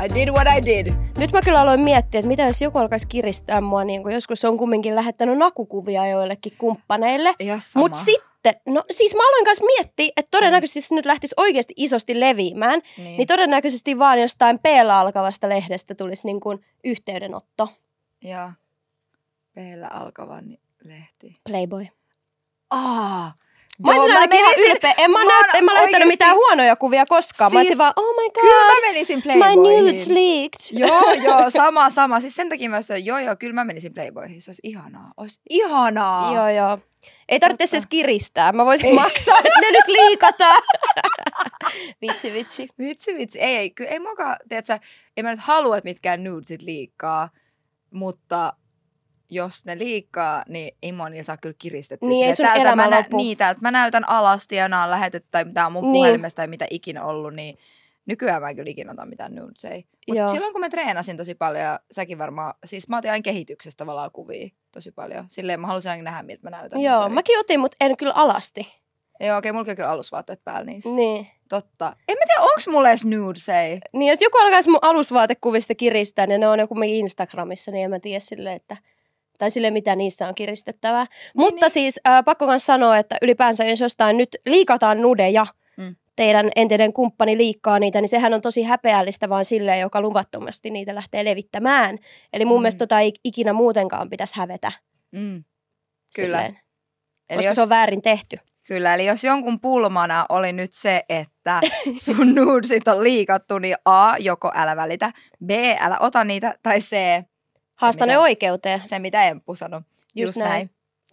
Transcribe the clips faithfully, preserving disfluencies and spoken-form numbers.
I did what I did. Nyt mä kyllä aloin miettiä, että mitä jos joku alkaisi kiristää mua, niin kuin joskus on kumminkin lähettänyt nakukuvia joillekin kumppaneille. Mut sitten, no siis mä aloin kanssa miettiä, että todennäköisesti mm. nyt lähtisi oikeasti isosti leviämään, niin, niin todennäköisesti vaan jostain P-llä alkavasta lehdestä tulisi niin kuin yhteydenotto. Joo, P-llä alkava lehti. Playboy. Aa! Mä olisin ainakin ihan ylpeä. En mä, mä, näyt, en mä lähettänyt oikeasti mitään huonoja kuvia koskaan. Siis, mä olisin vaan, oh my god. Kyllä mä menisin Playboyihin. My nudes leaked. Joo, joo, sama, sama. Siis sen takia mä sanoin, joo, joo, kyllä mä menisin Playboyihin. Se olisi ihanaa. Olisi ihanaa. Joo, joo. Ei tarvitse edes kiristää. Mä voisin ei. maksaa, että ne nyt liikataan. Vitsi, vitsi. Vitsi, vitsi. Ei, ei, kyllä ei mukaan, tiedätkö, en mä nyt halua, että mitkään nudesit liikkaa, mutta jos ne liikkaa, niin ei mua niin saa kyllä kiristettyä. Niin ei sun elämä mä lopu. Niin, täältä mä näytän alasti ja nää on lähetetty tai mitä on mun niin. puhelimesta tai mitä ikinä ollut, niin nykyään mä en kyllä ikinä ota mitään nudesei. Mutta silloin kun mä treenasin tosi paljon, ja säkin varmaan, siis mä otin aina kehityksestä tavallaan kuvia tosi paljon. Silleen mä halusin aina nähdä, miltä mä näytän. Joo, ympäri. Mäkin otin, mutta en kyllä alasti. Joo, okei, mulla on kyllä alusvaatteet päällä niissä. Niin. Totta. En mä tiedä, onks mulla edes nudesei? Niin, jos joku alkaisi mun alusvaatekuvista kiristää, niin ne on joku Instagramissa, niin en mä tiedä silleen, että tai sille mitä niissä on kiristettävää. Niin, Mutta niin. siis äh, pakko myös sanoa, että ylipäänsä jos jostain nyt liikataan nudeja, mm. teidän entinen kumppani liikkaa niitä, niin sehän on tosi häpeällistä vaan silleen, joka luvattomasti niitä lähtee levittämään. Eli mun mm. mielestä tota ei ikinä muutenkaan pitäisi hävetä. Mm. Kyllä. Eli koska jos, se on väärin tehty. Kyllä, eli jos jonkun pulmana oli nyt se, että sun nudesit on liikattu, niin A, joko älä välitä, B, älä ota niitä, tai C, haasta ne oikeuteen. Se, mitä Emppu sanoi. Just, Just näin. näin.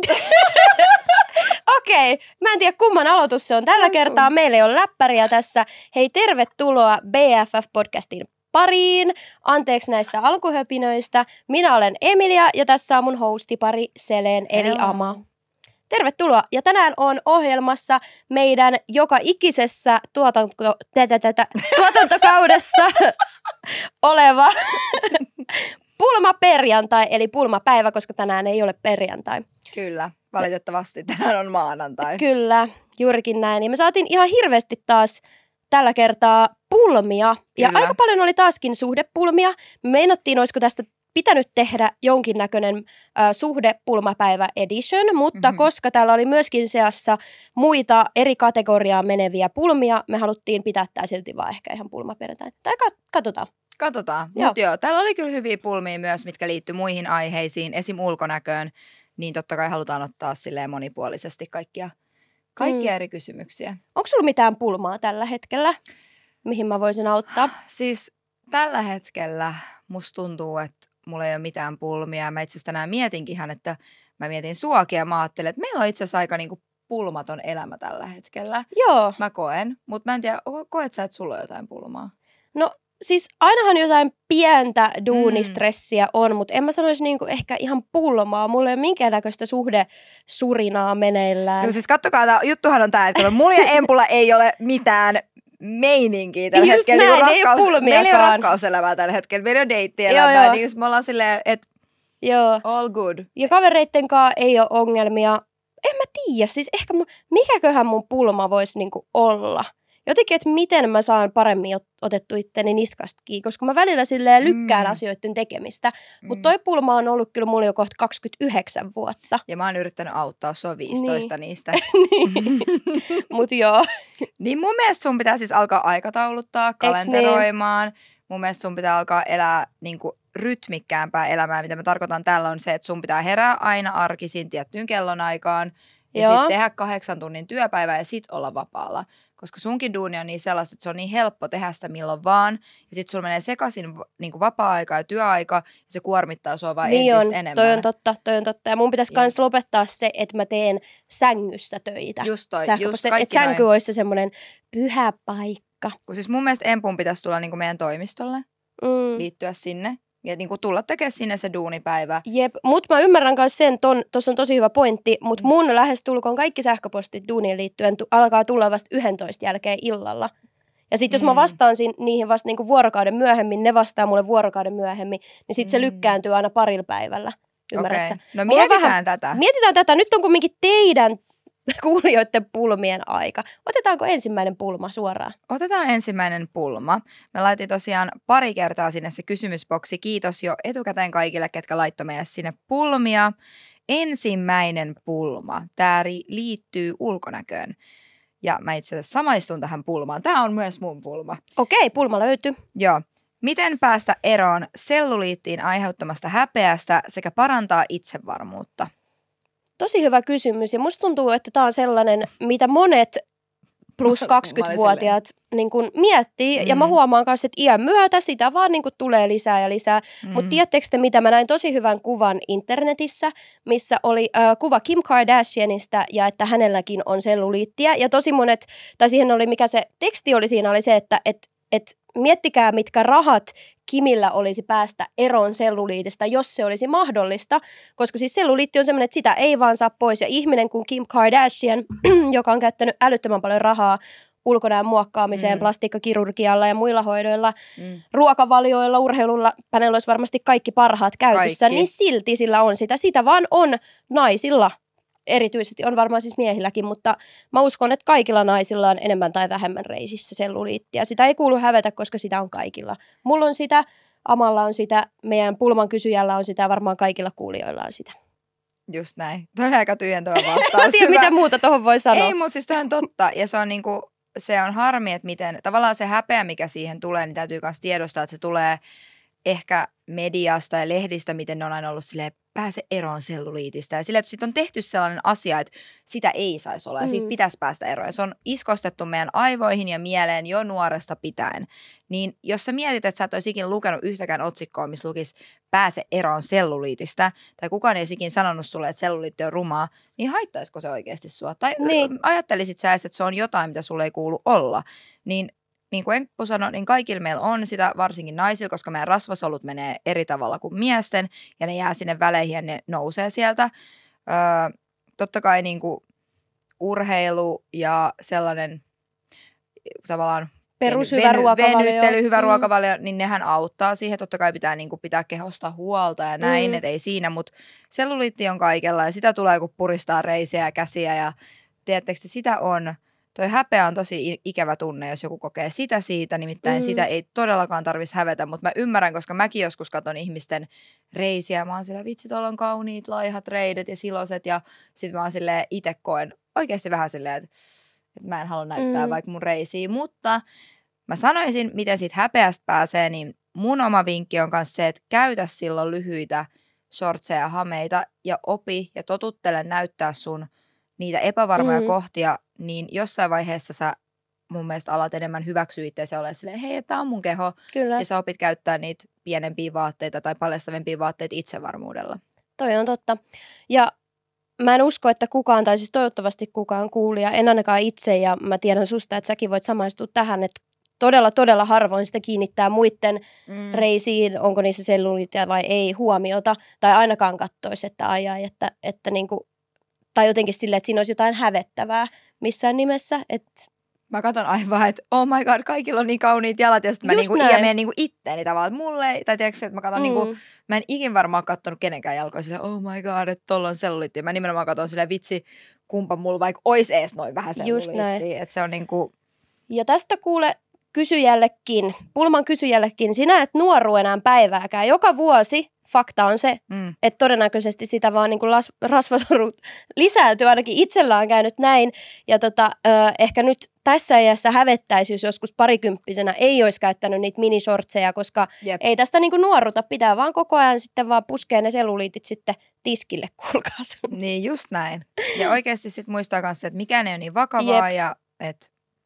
Okei, okay. Mä en tiedä kumman aloitus se on. Tällä se kertaa sun. Meillä ei ole läppäriä tässä. Hei, tervetuloa B F F-podcastin pariin. Anteeksi näistä alkuhöpinöistä. Minä olen Emilia ja tässä on mun hostipari Selen eli Hello. Ama. Tervetuloa. Ja tänään on ohjelmassa meidän joka ikisessä tuotanto, tätä, tuotantokaudessa oleva pulmaperjantai, eli pulmapäivä, koska tänään ei ole perjantai. Kyllä, valitettavasti tänään on maanantai. Kyllä, juurikin näin. Ja me saatiin ihan hirveästi taas tällä kertaa pulmia. Kyllä. Ja aika paljon oli taaskin suhdepulmia. Me meinattiin, olisiko tästä pitänyt tehdä jonkinnäköinen äh, suhdepulmapäivä edition, mutta mm-hmm. koska täällä oli myöskin seassa muita eri kategoriaan meneviä pulmia, me haluttiin pitää tää silti vaan ehkä ihan pulmaperjantai. Tai kat- katsotaan. Katsotaan. Joo. Mutta joo, täällä oli kyllä hyviä pulmia myös, mitkä liittyy muihin aiheisiin, esim. Ulkonäköön, niin totta kai halutaan ottaa silleen monipuolisesti kaikkia, kaikkia mm. eri kysymyksiä. Onko sulla mitään pulmaa tällä hetkellä, mihin mä voisin auttaa? Siis tällä hetkellä musta tuntuu, että mulla ei ole mitään pulmia. Mä itse asiassa tänään mietinkinhän, että mä mietin suakin ja mä ajattelin, että meillä on itse asiassa aika niinku pulmaton elämä tällä hetkellä. Joo. Mä koen, mutta mä en tiedä, koet sä, että sulla on jotain pulmaa? No siis ainahan jotain pientä duunistressiä mm. on, mutta en mä sanoisi niinku ehkä ihan pulmaa. Mulla ei ole minkäännäköistä suhdesurinaa meneillään. No siis kattokaa, tämä juttuhan on tämä, että mulla ja Empulla ei ole mitään meininkiä tällä just hetkellä. Näin, niin ei rakkaus, meillä ei ole rakkauselämää tällä hetkellä, meillä ei ole deittielämää, niin me ollaan silleen, että all good. Ja kavereitten kanssa ei ole ongelmia. En mä tiedä, siis ehkä mun, mikäköhän mun pulma voisi niinku olla. Jotenkin, että miten mä saan paremmin otettu itteni niskastakin, koska mä välillä silleen lykkään mm. asioiden tekemistä. Mm. Mutta toi pulma on ollut kyllä mulla jo kohta kaksikymmentäyhdeksän vuotta. Ja mä oon yrittänyt auttaa sua viisitoista niin. niistä. niin. Mut joo. Niin mun mielestä sun pitää siis alkaa aikatauluttaa, kalenteroimaan. Niin? Mun mielestä sun pitää alkaa elää niinku rytmikkäämpää elämää. Mitä mä tarkoitan tällä on se, että sun pitää herää aina arkisin tiettyyn kellonaikaan. Ja sitten tehdä kahdeksan tunnin työpäivää ja sit olla vapaalla. Koska sunkin duuni on niin sellaista, että se on niin helppo tehdä sitä milloin vaan. Ja sit sulla menee sekaisin niin kuin vapaa-aika ja työaika ja se kuormittaa sua vaan niin entistä on, enemmän. Toi on totta, toi on totta. Ja mun pitäisi myös lopettaa se, että mä teen sängyssä töitä. Just toi, just että sänky noin. Olisi se semmoinen pyhä paikka. Kun siis mun mielestä Empun pitäisi tulla niin kuin meidän toimistolle, mm. liittyä sinne. Ja niin kuin tulla tekemään sinne se duunipäivä. Jep, mutta mä ymmärrän myös sen, tuossa on tosi hyvä pointti, mutta mun mm. lähestulkoon kaikki sähköpostit duuniin liittyen tu- alkaa tulla vasta yksitoista jälkeen illalla. Ja sitten jos mm. mä vastaan sin, niihin vasta niinku vuorokauden myöhemmin, ne vastaa mulle vuorokauden myöhemmin, niin sitten se mm. lykkääntyy aina parilla päivällä. Ymmärrätkö? Okay. No mietitään vähän, tätä. Mietitään tätä. Nyt on kumminkin teidän kuulijoiden pulmien aika. Otetaanko ensimmäinen pulma suoraan? Otetaan ensimmäinen pulma. Me laitin tosiaan pari kertaa sinne se kysymysboksi. Kiitos jo etukäteen kaikille, ketkä laittoi meille sinne pulmia. Ensimmäinen pulma. Tämä liittyy ulkonäköön. Ja mä itse asiassa samaistun tähän pulmaan. Tämä on myös mun pulma. Okei, pulma löytyy. Joo. Miten päästä eroon selluliittiin aiheuttamasta häpeästä sekä parantaa itsevarmuutta? Tosi hyvä kysymys ja musta tuntuu, että tämä on sellainen, mitä monet plus kaksikymmentävuotiaat niin kun miettii. Mm. Ja mä huomaan myös, että iän myötä sitä vaan niin kun tulee lisää ja lisää. Mm. Mutta tiedättekö te mitä? Mä näin tosi hyvän kuvan internetissä, missä oli äh, kuva Kim Kardashianista ja että hänelläkin on selluliittiä. Ja tosi monet, tai siihen oli, mikä se teksti oli siinä, oli se, että et, et miettikää, mitkä rahat Kimillä olisi päästä eroon selluliitista, jos se olisi mahdollista, koska siis selluliitti on sellainen, että sitä ei vaan saa pois. Ja ihminen kuin Kim Kardashian, joka on käyttänyt älyttömän paljon rahaa ulkonäön muokkaamiseen, mm. plastiikkakirurgialla ja muilla hoidoilla, mm. ruokavalioilla, urheilulla, hänellä olisi varmasti kaikki parhaat käytössä, kaikki. Niin silti sillä on sitä. Sitä vaan on naisilla. Erityisesti on varmaan siis miehilläkin, mutta mä uskon, että kaikilla naisilla on enemmän tai vähemmän reisissä selluliittiä. Sitä ei kuulu hävetä, koska sitä on kaikilla. Mulla on sitä, Amalla on sitä, meidän pulman kysyjällä on sitä, varmaan kaikilla kuulijoilla on sitä. Just näin. Toi on aika tyhjentävä vastaus. Mä tiedän, mitä muuta tuohon voi sanoa. Ei, mutta siis toi on totta. Ja se on, niinku, se on harmi, että miten, tavallaan se häpeä, mikä siihen tulee, niin täytyy myös tiedostaa, että se tulee ehkä mediasta ja lehdistä, miten ne on aina ollut silleen, pääse eroon selluliitistä. Ja sillä, että sitten on tehty sellainen asia, että sitä ei saisi olla ja siitä mm. pitäisi päästä eroon. Ja se on iskostettu meidän aivoihin ja mieleen jo nuoresta pitäen. Niin jos sä mietit, että sä et olisi ikinä lukenut yhtäkään otsikkoa, missä lukisi pääse eroon selluliitista, tai kukaan ei olisi ikinä sanonut sulle, että selluliitti on rumaa, niin haittaisiko se oikeasti sua? Tai niin. ajattelisit sä, että se on jotain, mitä sulle ei kuulu olla. Niin Niin kuin Enkku sanoi, niin kaikilla meillä on sitä, varsinkin naisilla, koska meidän rasvasolut menee eri tavalla kuin miesten, ja ne jää sinne väleihin ja ne nousee sieltä. Öö, totta kai niin kuin urheilu ja sellainen tavallaan perushyvä veny, ruokavalio. Venyttely, hyvä mm. ruokavalio, niin nehän auttaa siihen. Totta kai pitää niin kuin pitää kehosta huolta ja näin, mm. et ei siinä, mutta selluliitti on kaikella ja sitä tulee, kun puristaa reisiä ja käsiä ja tiedättekö, sitä on. Toi häpeä on tosi ikävä tunne, jos joku kokee sitä siitä, nimittäin mm. sitä ei todellakaan tarvitsisi hävetä, mutta mä ymmärrän, koska mäkin joskus katson ihmisten reisiä, mä oon silleen, vitsi, tuolla on kauniit, laihat reidet ja siloset, ja sit mä oon silleen, itse koen oikeasti vähän silleen, että, että mä en halua näyttää mm. vaikka mun reisiä, mutta mä sanoisin, miten siitä häpeästä pääsee, niin mun oma vinkki on myös se, että käytä silloin lyhyitä shortseja ja hameita ja opi ja totuttele näyttää sun niitä epävarmoja mm. kohtia, niin jossain vaiheessa sä mun mielestä alat enemmän hyväksyä itseäsi ja ole silleen, hei, tää on mun keho. Kyllä. Ja sä opit käyttää niitä pienempiä vaatteita tai paljastavimpia vaatteita itsevarmuudella. Toi on totta. Ja mä en usko, että kukaan, tai siis toivottavasti kukaan kuulija, en ainakaan itse, ja mä tiedän susta, että säkin voit samaistua tähän, että todella, todella harvoin sitä kiinnittää muiden mm. reisiin, onko niissä selluliittia vai ei, huomiota, tai ainakaan kattoisi, että ajaa, että, että niinku, tai jotenkin silleen, että siinä olisi jotain hävettävää missään nimessä. Että mä katson aivan, että oh my god, kaikilla on niin kauniit jalat ja sitten mä niinku, ja menen niinku itteeni tavallaan, että mulle, tai tiedätkö, että mä katson mm. niinku, mä en ikin varmaan katsonut kenenkään jalkoja silleen, oh my god, että tolla on selluliittia. Mä nimenomaan katson silleen, vitsi, kumpa mulla vaikka olisi ees noin vähän selluliittia. Että se on niinku. Ja tästä kuule kysyjällekin, pulman kysyjällekin, sinä et nuoru enää päivääkään. Joka vuosi fakta on se, mm. että todennäköisesti sitä vaan niin kuin las, rasvasorut lisääntyy, ainakin itsellä on käynyt näin. Ja tota, ö, ehkä nyt tässä iässä hävettäisi, jos joskus parikymppisenä ei olisi käyttänyt niitä minisortseja, koska Jep. ei tästä niin kuin nuoruta, pitää vaan koko ajan sitten vaan puskea ne selluliitit sitten tiskille, kuulkaas. Niin just näin. Ja oikeasti sitten muistaa myös, että mikään ei ole niin vakavaa Jep. ja että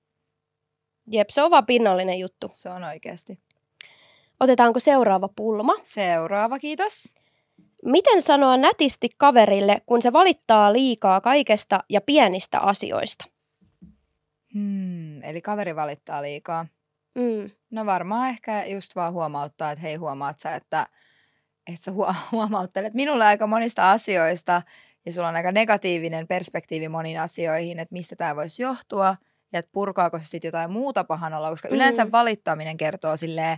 Jep, se on vaan pinnallinen juttu. Se on oikeasti. Otetaanko seuraava pulma? Seuraava, kiitos. Miten sanoa nätisti kaverille, kun se valittaa liikaa kaikesta ja pienistä asioista? Hmm, eli kaveri valittaa liikaa. Mm. No varmaan ehkä just vaan huomauttaa, että hei, huomaat sä, että, että sä huomauttelet minulle aika monista asioista ja sulla on aika negatiivinen perspektiivi moniin asioihin, että mistä tämä voisi johtua. Ja että purkaako se sitten jotain muuta pahan olla, koska yleensä mm. valittaminen kertoo silleen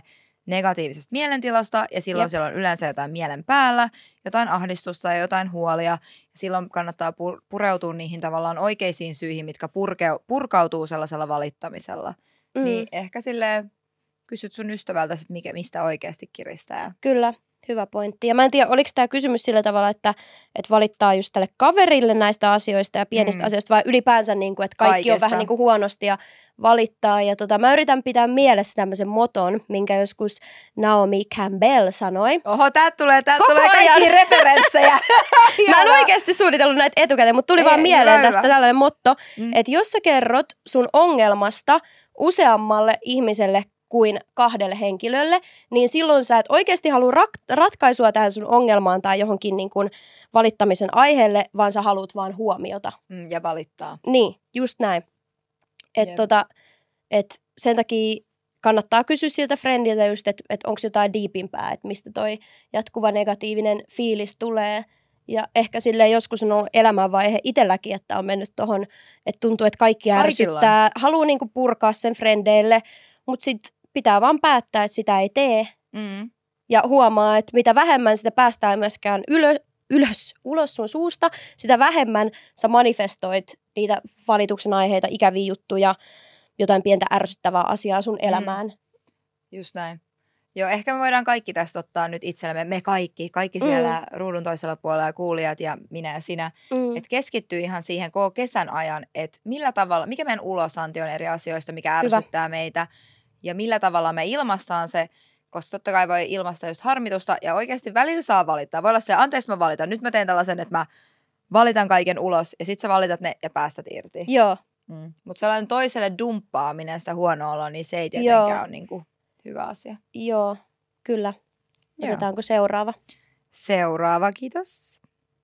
negatiivisesta mielentilasta ja silloin Jep. siellä on yleensä jotain mielen päällä, jotain ahdistusta ja jotain huolia. Ja silloin kannattaa pur- pureutua niihin tavallaan oikeisiin syihin, mitkä purke- purkautuu sellaisella valittamisella. Mm. Niin ehkä silleen kysyt sun ystävältä, että mikä, mistä oikeasti kiristää. Kyllä, hyvä pointti. Ja mä en tiedä, oliko tämä kysymys sillä tavalla, että, että valittaa just tälle kaverille näistä asioista ja pienistä Mm. asioista, vai ylipäänsä, niin kuin, että kaikki Kaikesta. on vähän niin kuin huonosti ja valittaa. Ja tota, mä yritän pitää mielessä tämmöisen moton, minkä joskus Naomi Campbell sanoi. Oho, täältä tulee, täältä Koko tulee ajan. kaikki referenssejä. Mä en oikeasti suunnitellut näitä etukäteen, mutta tuli Ei, vaan mieleen hyvä, tästä hyvä. tällainen motto, Mm. että jos sä kerrot sun ongelmasta useammalle ihmiselle kuin kahdelle henkilölle, niin silloin sä et oikeasti halua rak- ratkaisua tähän sun ongelmaan tai johonkin niin kuin valittamisen aiheelle, vaan sä haluat vaan huomiota. Mm, ja valittaa. Niin, just näin. Että Jep. tota, et sen takia kannattaa kysyä siltä friendiltä just, että et onko jotain diipimpää, että mistä toi jatkuva negatiivinen fiilis tulee. Ja ehkä silleen joskus on ollut elämänvaihe itselläkin, että on mennyt tohon, että tuntuu, että kaikki Kaikilla on. ärsyttää. Haluaa niinku purkaa sen frendeille, mutta sitten pitää vaan päättää, että sitä ei tee. Mm. Ja huomaa, että mitä vähemmän sitä päästään myöskään ylö, ylös, ulos sun suusta, sitä vähemmän sä manifestoit niitä valituksen aiheita, ikäviä juttuja, jotain pientä ärsyttävää asiaa sun elämään. Just näin. Joo, ehkä me voidaan kaikki tästä ottaa nyt itsellemme, me kaikki, kaikki siellä mm. ruudun toisella puolella, kuulijat ja minä ja sinä, Mm. että keskittyy ihan siihen koko kesän ajan, että millä tavalla, mikä meidän ulosanti on eri asioista, mikä Hyvä. ärsyttää meitä ja millä tavalla me ilmaistaan se, koska totta kai voi ilmaista just harmitusta ja oikeasti välillä saa valittaa. Voi olla se, anteeksi mä valitan, nyt mä teen tällaisen, että mä valitan kaiken ulos ja sit sä valitat ne ja päästät irti. Joo, Mm. Mutta sellainen toiselle dumppaaminen sitä huonoa oloa, niin se ei tietenkään Joo. ole niinku hyvä asia. joo, kyllä. Joo. Otetaanko seuraava? Seuraava, kiitos.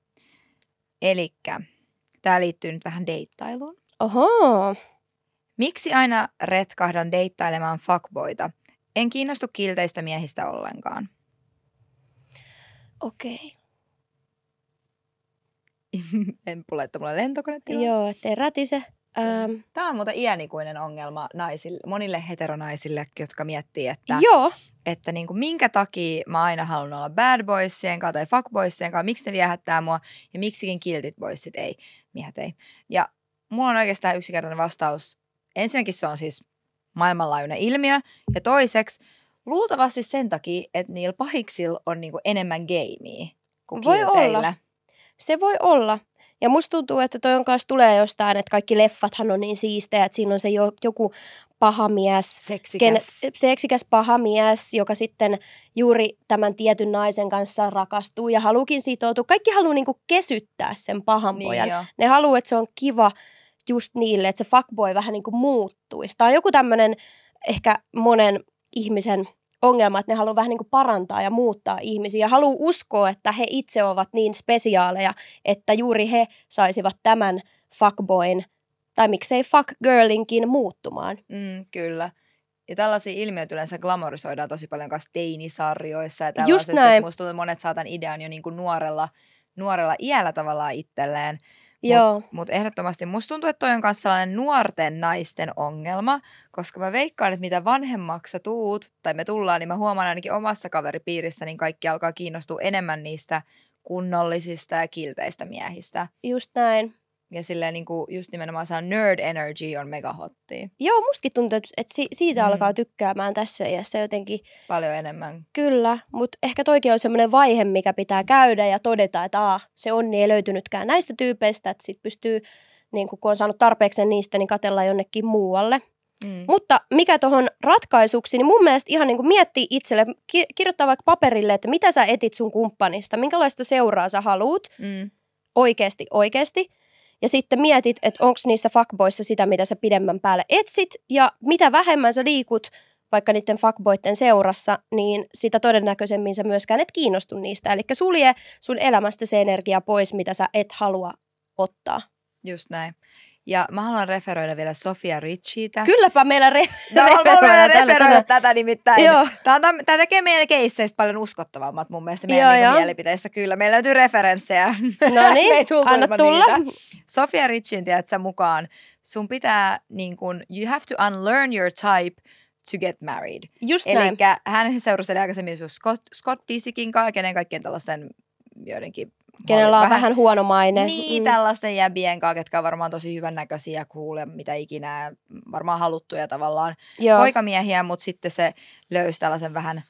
Elikkä, tää liittyy nyt vähän deittailuun. Oho, Miksi aina retkahdan deittailemaan fuckboita? En kiinnostu kilteistä miehistä ollenkaan. okei. Okay. En puletta mulle lentokonetila. Joo, ettei rätise. Ähm, Tämä on muuten iänikuinen ongelma naisille, monille heteronaisille, jotka miettii, että, joo, että niin kuin minkä takia mä aina haluan olla bad boysien kanssa tai fuckboysien kanssa, miksi ne viehättää mua ja miksikin kiltit boysit ei, miehet ei. Ja mulla on oikeastaan yksinkertainen vastaus. Ensinnäkin se on siis maailmanlaajuinen ilmiö ja toiseksi luultavasti sen takia, että niillä pahiksilla on niin kuin enemmän geimiä kuin Voi kilteillä. olla. Se voi olla. Ja musta tuntuu, että toi on kanssa tulee jostain, että kaikki leffathan on niin siistejä, että siinä on se jo, joku paha mies, ken, Seksikäs. seksikäs paha mies, joka sitten juuri tämän tietyn naisen kanssa rakastuu ja haluukin sitoutua. Kaikki haluaa niinku kesyttää sen pahan Niin pojan. jo. Ne haluaa, että se on kiva just niille, että se fuckboy vähän niinku muuttuisi. Tämä on joku tämmöinen ehkä monen ihmisen ongelma, että ne haluaa vähän niin kuin parantaa ja muuttaa ihmisiä ja haluaa uskoa, että he itse ovat niin spesiaaleja, että juuri he saisivat tämän fuckboyn tai miksei fuckgirlinkin muuttumaan. Mm, kyllä. Ja tällaisia ilmiöitä yleensä glamorisoidaan tosi paljon kanssa teinisarjoissa ja Just tällaisessa. näin. Musta tuntuu, että monet saa tämän idean jo niin kuin nuorella, nuorella iällä tavallaan itselleen. Joo. Mutta mut ehdottomasti musta tuntuu, että toi on myös sellainen nuorten naisten ongelma, koska mä veikkaan, että mitä vanhemmaksi sä tuut, tai me tullaan, niin mä huomaan ainakin omassa kaveripiirissä, niin kaikki alkaa kiinnostua enemmän niistä kunnollisista ja kilteistä miehistä. Just näin. Ja silleen niin kuin just nimenomaan se nerd energy on mega hottia. Joo, mustakin tuntuu, että että si- siitä Mm. alkaa tykkäämään tässä iässä jotenkin. Paljon enemmän. Kyllä, mutta ehkä toikin on semmoinen vaihe, mikä pitää käydä ja todeta, että aa, se onni ei löytynytkään näistä tyypeistä, että sit pystyy, niin kun on saanut tarpeeksi niistä, niin katella jonnekin muualle. Mm. Mutta mikä tuohon ratkaisuksi, niin mun mielestä ihan niin kuin miettii itselle, ki- kirjoittaa vaikka paperille, että mitä sä etit sun kumppanista, minkälaista seuraa sä haluut Mm. oikeasti, oikeasti. Ja sitten mietit, että onko niissä fuckboissa sitä, mitä sä pidemmän päälle etsit, ja mitä vähemmän sä liikut vaikka niiden fuckboitten seurassa, niin sitä todennäköisemmin sä myöskään et kiinnostu niistä. Eli sulje sun elämästä se energia pois, mitä sä et halua ottaa. Just näin. Ja mä haluan referoida vielä Sofia Richieitä. Kylläpä meillä re- No, haluan vielä referoidaan tällä referoida tänään. tätä nimittäin. Joo. Tämä, on, tämä tekee meidän keisseistä paljon uskottavammat mun mielestä meidän Joo, niinku joo. mielipiteistä. Kyllä, meillä löytyy referenssejä. No Me niin, ei tultu anna ilman tulla. niitä. Sofia Richin, tiedätkö mukaan, sun pitää, niin kun, you have to unlearn your type to get married. Just näin. Elikkä hän seurusteli aikaisemmin Scott, Scott Disikin kanssa, kenen kaikkien tällaisten joidenkin... Kenellä on vähän, vähän huono maine. Niin, mm. tällaisten jäbien kanssa, ketkä on varmaan tosi hyvännäköisiä ja cool ja mitä ikinä, varmaan haluttuja tavallaan Joo. poikamiehiä, mutta sitten se löysi tällaisen vähän,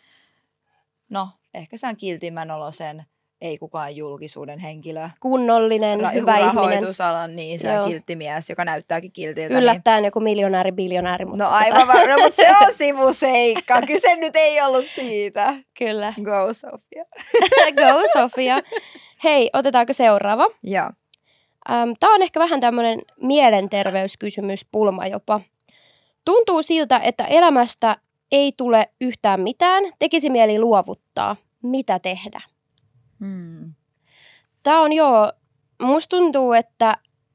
no ehkä se on kiltimmän olosen, ei kukaan julkisuuden henkilö. Kunnollinen, Ra- hyvä rahoitusalan, ihminen. Niin se on kilttimies, joka näyttääkin kiltiltä. Yllättäen niin... joku miljonääri, biljonääri. Mutta no aivan tota... varmaan, mutta se on sivuseikka. Kyse nyt ei ollut siitä. Kyllä. Go Sofia. Go Sofia. Hei, otetaanko seuraava? Joo. Ähm, Tämä on ehkä vähän tämmöinen mielenterveyskysymys, pulma jopa. Tuntuu siltä, että elämästä ei tule yhtään mitään. Tekisi mieli luovuttaa. Mitä tehdä? Hmm. Tämä on joo, musta tuntuu, että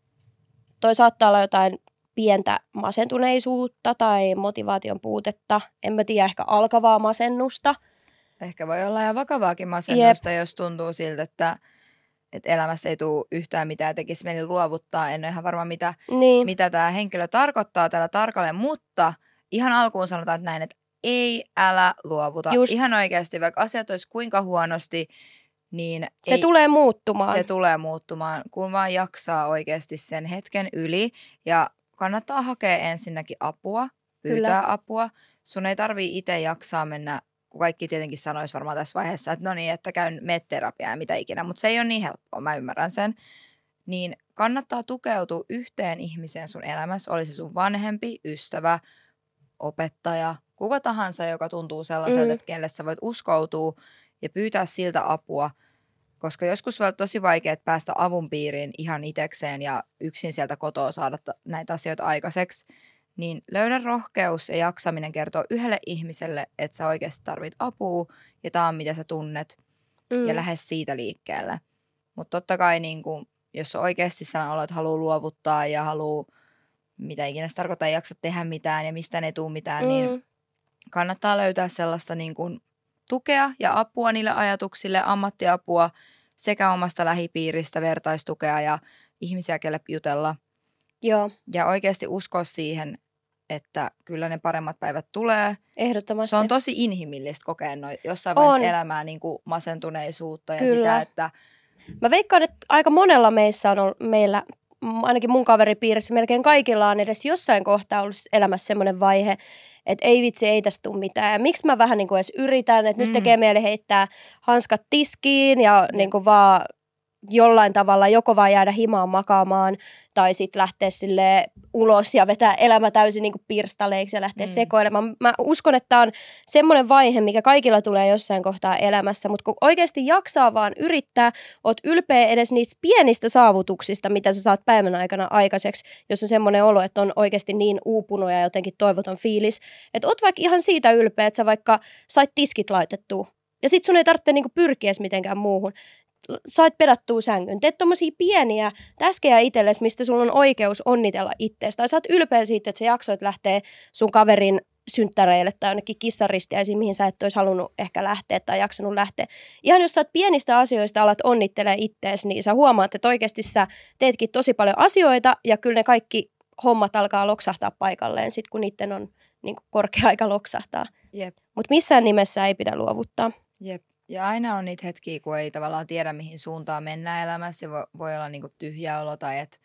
toi saattaa olla jotain pientä masentuneisuutta tai motivaation puutetta. En mä tiedä, ehkä alkavaa masennusta. Ehkä voi olla ihan vakavaakin masennusta, Jep. jos tuntuu siltä, että, että elämässä ei tule yhtään mitään, tekisi mieli luovuttaa. En ole ihan varma, mitä, niin. mitä tämä henkilö tarkoittaa tällä tarkalleen, mutta ihan alkuun sanotaan että näin, että ei, älä luovuta. Just. Ihan oikeasti, vaikka asiat olisi kuinka huonosti, niin se ei, tulee muuttumaan. Se tulee muuttumaan, kun vaan jaksaa oikeasti sen hetken yli. Ja kannattaa hakea ensinnäkin apua, pyytää Kyllä. apua. Sun ei tarvii itse jaksaa mennä, kun kaikki tietenkin sanoisi varmaan tässä vaiheessa, että no niin, että käyn mene terapiaa ja mitä ikinä. Mutta se ei ole niin helppoa, mä ymmärrän sen. Niin kannattaa tukeutua yhteen ihmiseen sun elämässä, oli se sun vanhempi, ystävä, opettaja, kuka tahansa, joka tuntuu sellaiselta, mm. että kelle sä voit uskoutua ja pyytää siltä apua, koska joskus voi olla tosi vaikea päästä avun piiriin ihan itekseen ja yksin sieltä kotoa saada näitä asioita aikaiseksi, niin löydä rohkeus ja jaksaminen kertoo yhdelle ihmiselle, että sä oikeasti tarvit apua ja tää on mitä sä tunnet mm. ja lähde siitä liikkeelle. Mutta totta kai niin kun, jos on oikeasti sellainen olo, että haluaa luovuttaa ja haluaa, mitä ikinä se tarkoittaa, ei jaksa tehdä mitään ja mistään ei tule mitään, mm. niin kannattaa löytää sellaista niin kun tukea ja apua niille ajatuksille, ammattiapua sekä omasta lähipiiristä, vertaistukea ja ihmisiä, kelle jutella. Joo. Ja oikeasti uskoa siihen, että kyllä ne paremmat päivät tulee. Ehdottomasti. Se on tosi inhimillistä kokea no, jossain vaiheessa on. Elämää niin kuin masentuneisuutta ja kyllä. sitä, että... Mä veikkaan, että aika monella meissä on ollut, meillä, ainakin mun kaveripiirissä, melkein kaikilla on edes jossain kohtaa ollut elämässä semmoinen vaihe, että ei vitsi, ei tästä tule mitään. Ja miksi mä vähän niin kuin edes yritän, että mm. nyt tekee mieli heittää hanskat tiskiin ja mm. niin kuin vaan jollain tavalla joko vaan jäädä himaan makaamaan tai sitten lähteä sille ulos ja vetää elämä täysin niin kuin pirstaleiksi ja lähteä mm. sekoilemaan. Mä uskon, että tämä on semmoinen vaihe, mikä kaikilla tulee jossain kohtaa elämässä, mutta kun oikeasti jaksaa vaan yrittää, oot ylpeä edes niistä pienistä saavutuksista, mitä sä saat päivän aikana aikaiseksi, jos on semmoinen olo, että on oikeasti niin uupunut ja jotenkin toivoton fiilis, että oot vaikka ihan siitä ylpeä, että sä vaikka sait tiskit laitettua ja sit sun ei tarvitse niinku pyrkiä mitenkään muuhun. Sait pedattua sängyn. Teet tommosia pieniä täskejä itsellesi, mistä sulla on oikeus onnitella itseäsi. Tai sä oot ylpeä siitä, että sä jaksoit lähteä sun kaverin synttäreille tai jonnekin kissaristiäisiin, mihin sä et olisi halunnut ehkä lähteä tai jaksanut lähteä. Ihan jos sä oot pienistä asioista alat onnittelemaan ittees, niin sä huomaat, että oikeasti sä teetkin tosi paljon asioita ja kyllä ne kaikki hommat alkaa loksahtaa paikalleen sit, kun niitten on niin kuin korkea aika loksahtaa. Mutta missään nimessä ei pidä luovuttaa. Jep. Ja aina on niitä hetkiä, kun ei tavallaan tiedä, mihin suuntaan mennään elämässä. Voi, voi olla niinku tyhjä olo tai että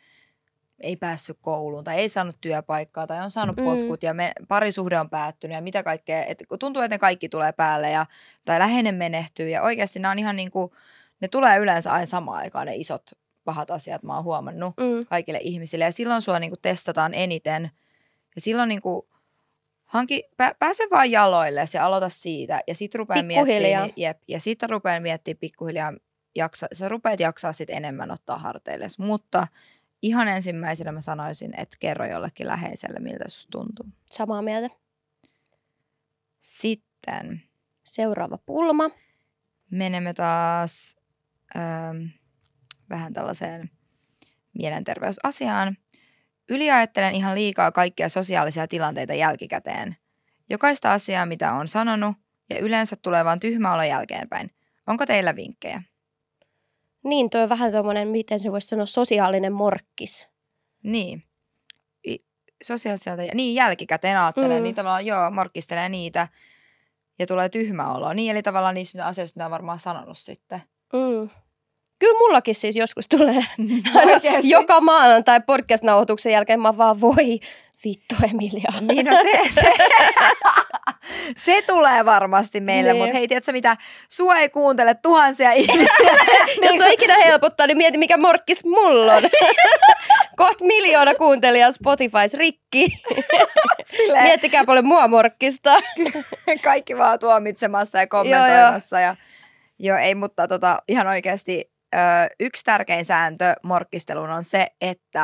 ei päässyt kouluun tai ei saanut työpaikkaa tai on saanut mm. potkut ja me, parisuhde on päättynyt ja mitä kaikkea. Et tuntuu, että ne kaikki tulee päälle ja, tai läheinen menehtyy ja oikeasti nämä on ihan niin kuin, ne tulee yleensä aina samaan aikaan ne isot pahat asiat, mä oon huomannut mm. kaikille ihmisille. Ja silloin sua niinku testataan eniten ja silloin niinku Hanki, pä, pääse vaan jaloille ja aloita siitä ja sit rupea miettimään, niin, jep, ja sit rupea miettimään pikkuhiljaa, jaksa, sä rupeat jaksaa sit enemmän ottaa harteilles, mutta ihan ensimmäisenä mä sanoisin, että kerro jollekin läheiselle, miltä susta tuntuu. Samaa mieltä. Sitten. Seuraava pulma. Menemme taas ähm, vähän tällaiseen mielenterveysasiaan. Yliajattelen ihan liikaa kaikkia sosiaalisia tilanteita jälkikäteen. Jokaista asiaa, mitä on sanonut, ja yleensä tulee vaan tyhmä olo jälkeenpäin. Onko teillä vinkkejä? Niin, toi on vähän tuommoinen, miten se voisi sanoa, sosiaalinen morkkis. Niin. sosiaaliselta, niin jälkikäteen ajattelee, Mm. niin tavallaan joo, morkkistelee niitä ja tulee tyhmä olo. Niin, eli tavallaan niistä mitä asioista, mitä on varmaan sanonut sitten. Mm. Kyllä mullakin siis joskus tulee Oikeasti? joka maanantai podcast-nauhoituksen jälkeen mä vaan voi vittu Emilia. Niin no se, se, se tulee varmasti meille, Niin. mutta hei, tiedätkö mitä, sua ei kuuntele tuhansia ihmisiä. Jos on ikinä helpottaa, niin mieti mikä morkkis mulla on. Kohta miljoona kuuntelijaa Spotifys rikki. Silleen, Miettikää paljon mua morkkista. kaikki vaan tuomitsemassa ja kommentoimassa. Joo, joo. Ja, joo ei, mutta tota, ihan oikeasti ö, yksi tärkein sääntö morkkisteluun on se, että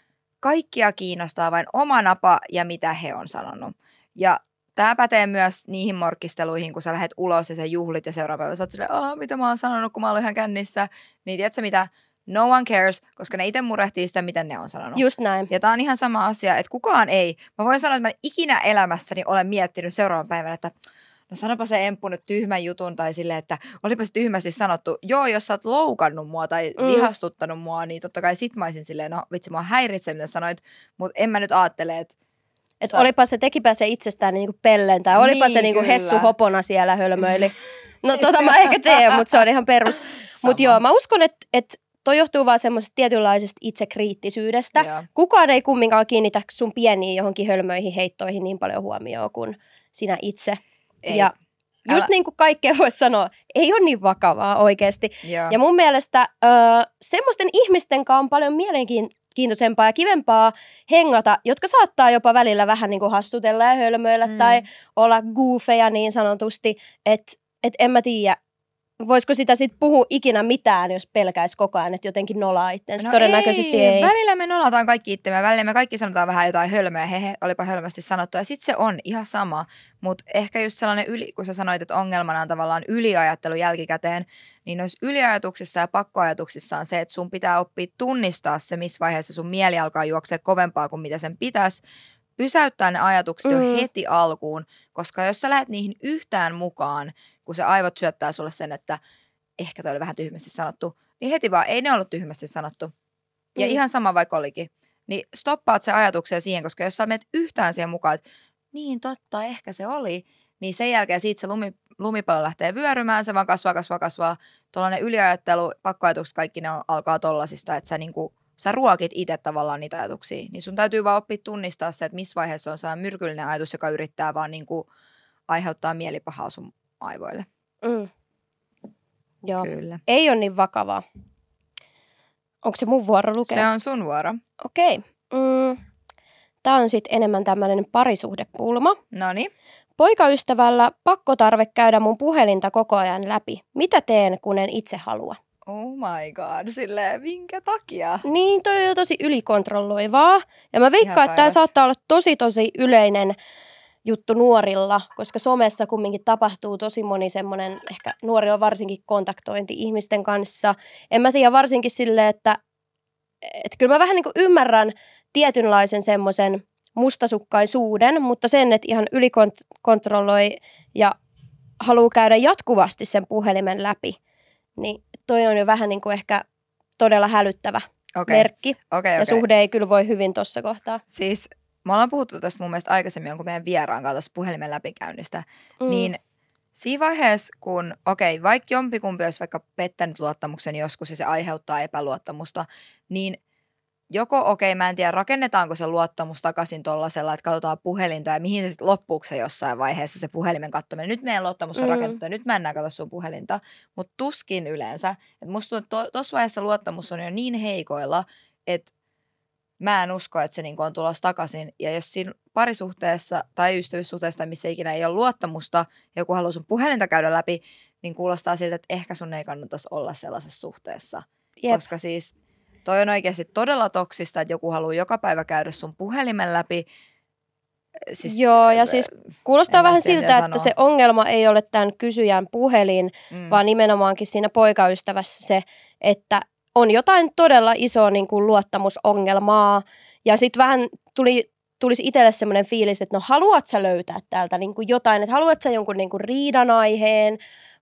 kaikkia kiinnostaa vain oma napa ja mitä he on sanonut. Ja tämä pätee myös niihin morkkisteluihin, kun sä lähdet ulos ja sä juhlit ja seuraava päivä sä oot silleen, aah, mitä mä oon sanonut, kun mä oon ihan kännissä. Niin tiedätkö mitä? No one cares, koska ne itse murehtii sitä, miten ne on sanonut. Just näin. Ja tää on ihan sama asia, että kukaan ei. Mä voin sanoa, että mä en ikinä elämässäni olen miettinyt seuraavan päivän, että no sanopa se Emppu nyt tyhmän jutun tai silleen, että olipa se tyhmästi sanottu. Joo, jos sä oot loukannut mua tai Mm. vihastuttanut mua, niin totta kai sit mä olisin silleen, no vitsi mua häiritsee, mitä sanoit. Mutta en mä nyt ajattele, että Että Sä- olipa se, tekipä se itsestään niinku pellen, tai olipa Niin, se niinku kyllä. Hessu Hopona siellä hölmöili. No tota mä ehkä teen, mutta se on ihan perus. Mutta joo, mä uskon, että et toi johtuu vaan semmoisesta tietynlaisesta itsekriittisyydestä. Joo. Kukaan ei kumminkaan kiinnitä sun pieniin johonkin hölmöihin heittoihin niin paljon huomioon kuin sinä itse. Ei. Ja just Älä- niin kuin kaikkea voisi sanoa, ei ole niin vakavaa oikeasti. Joo. Ja mun mielestä ö, semmoisten ihmisten kanssa on paljon mielenkiintoisempaa ja kivempaa hengata, jotka saattaa jopa välillä vähän niin kuin hassutella ja hölmöillä Mm. tai olla goofeja niin sanotusti, että et en mä tiedä, voisiko sitä sitten puhua ikinä mitään, jos pelkäisi koko ajan, että jotenkin nolaa itsensä. No Todennäköisesti ei. Välillä me nolataan kaikki itsemme, välillä me kaikki sanotaan vähän jotain hölmöä, hehe, olipa hölmösti sanottu. Ja sitten se on ihan sama, mutta ehkä just sellainen, yli, kun sä sanoit, että ongelmana on tavallaan yliajattelu jälkikäteen, niin noissa yliajatuksissa ja pakkoajatuksissa on se, että sun pitää oppia tunnistaa se, missä vaiheessa sun mieli alkaa juoksea kovempaa kuin mitä sen pitäisi. Pysäyttää ne ajatukset jo Mm. heti alkuun, koska jos sä lähdet niihin yhtään mukaan, kun se aivot syöttää sulle sen, että ehkä toi oli vähän tyhmästi sanottu, niin heti vaan, ei ne ollut tyhmästi sanottu. Ja Mm. ihan sama vaikka olikin. Niin stoppaat se ajatuksia siihen, koska jos sä menet yhtään siihen mukaan, että niin totta, ehkä se oli, niin sen jälkeen siitä se lumi, lumipallo lähtee vyörymään, se vaan kasvaa, kasvaa, kasvaa. Tuollainen yliajattelu, pakkoajatukset, kaikki ne on, alkaa tollasista, että sä niinku, sä ruokit itse tavallaan niitä ajatuksia. Niin sun täytyy vaan oppia tunnistaa se, että missä vaiheessa on saa myrkyllinen ajatus, joka yrittää vaan niinku aiheuttaa mielipahaa sun aivoille. Mm. Joo. Kyllä. Ei ole niin vakavaa. Onko se mun vuoro lukea? Se on sun vuoro. Okei. Mm. Tämä on sitten enemmän tämmöinen parisuhdepulma. Noniin. Poikaystävällä pakkotarve käydä mun puhelinta koko ajan läpi. Mitä teen, kun en itse halua? Oh my god, silleen minkä takia? Niin, toi on jo tosi ylikontrolloivaa. Ja mä veikkaan, että tämä sairasta. saattaa olla tosi tosi yleinen juttu nuorilla, koska somessa kumminkin tapahtuu tosi moni semmoinen, ehkä nuorilla varsinkin kontaktointi ihmisten kanssa. En mä tiedä varsinkin silleen, että, että kyllä mä vähän niin kuin ymmärrän tietynlaisen semmoisen mustasukkaisuuden, mutta sen, että ihan ylikontrolloi ja haluaa käydä jatkuvasti sen puhelimen läpi, niin toi on jo vähän niin kuin ehkä todella hälyttävä Okei, merkki. okei, Ja okei. suhde ei kyllä voi hyvin tuossa kohtaa. Siis me ollaan puhuttu tästä mun mielestä aikaisemmin jonkun meidän vieraan kanssa tästä puhelimen läpikäynnistä. Mm. Niin siinä vaiheessa, kun okei, vaikka jompikumpi olisi vaikka pettänyt luottamuksen joskus ja se aiheuttaa epäluottamusta, niin joko okei, mä en tiedä, rakennetaanko se luottamus takaisin tollasella, että katsotaan puhelinta ja mihin se sitten loppuuko se jossain vaiheessa se puhelimen katsominen. Nyt meidän luottamus on Mm. rakennettu ja nyt mä en enää katso sun puhelinta, mutta tuskin yleensä. Että musta tuntuu, että tuossa vaiheessa luottamus on jo niin heikoilla, että mä en usko, että se niinku on tulossa takaisin. Ja jos siinä parisuhteessa tai ystävyyssuhteessa, missä ikinä ei ole luottamusta, ja joku haluaa sun puhelinta käydä läpi, niin kuulostaa siltä, että ehkä sun ei kannattaisi olla sellaisessa suhteessa. Jep. Koska siis toi on oikeasti todella toksista, että joku haluaa joka päivä käydä sun puhelimen läpi. Siis, Joo, ja siis kuulostaa en mä vähän tiedä, siltä, mitä että sanoa. se ongelma ei ole tämän kysyjän puhelin, mm, vaan nimenomaankin siinä poikaystävässä se, että on jotain todella isoa niin kuin luottamusongelmaa. Ja sitten vähän tuli, tulisi itselle semmoinen fiilis, että no haluat sä löytää täältä niin kuin jotain, että haluat sä jonkun niin kuin riidan aiheen,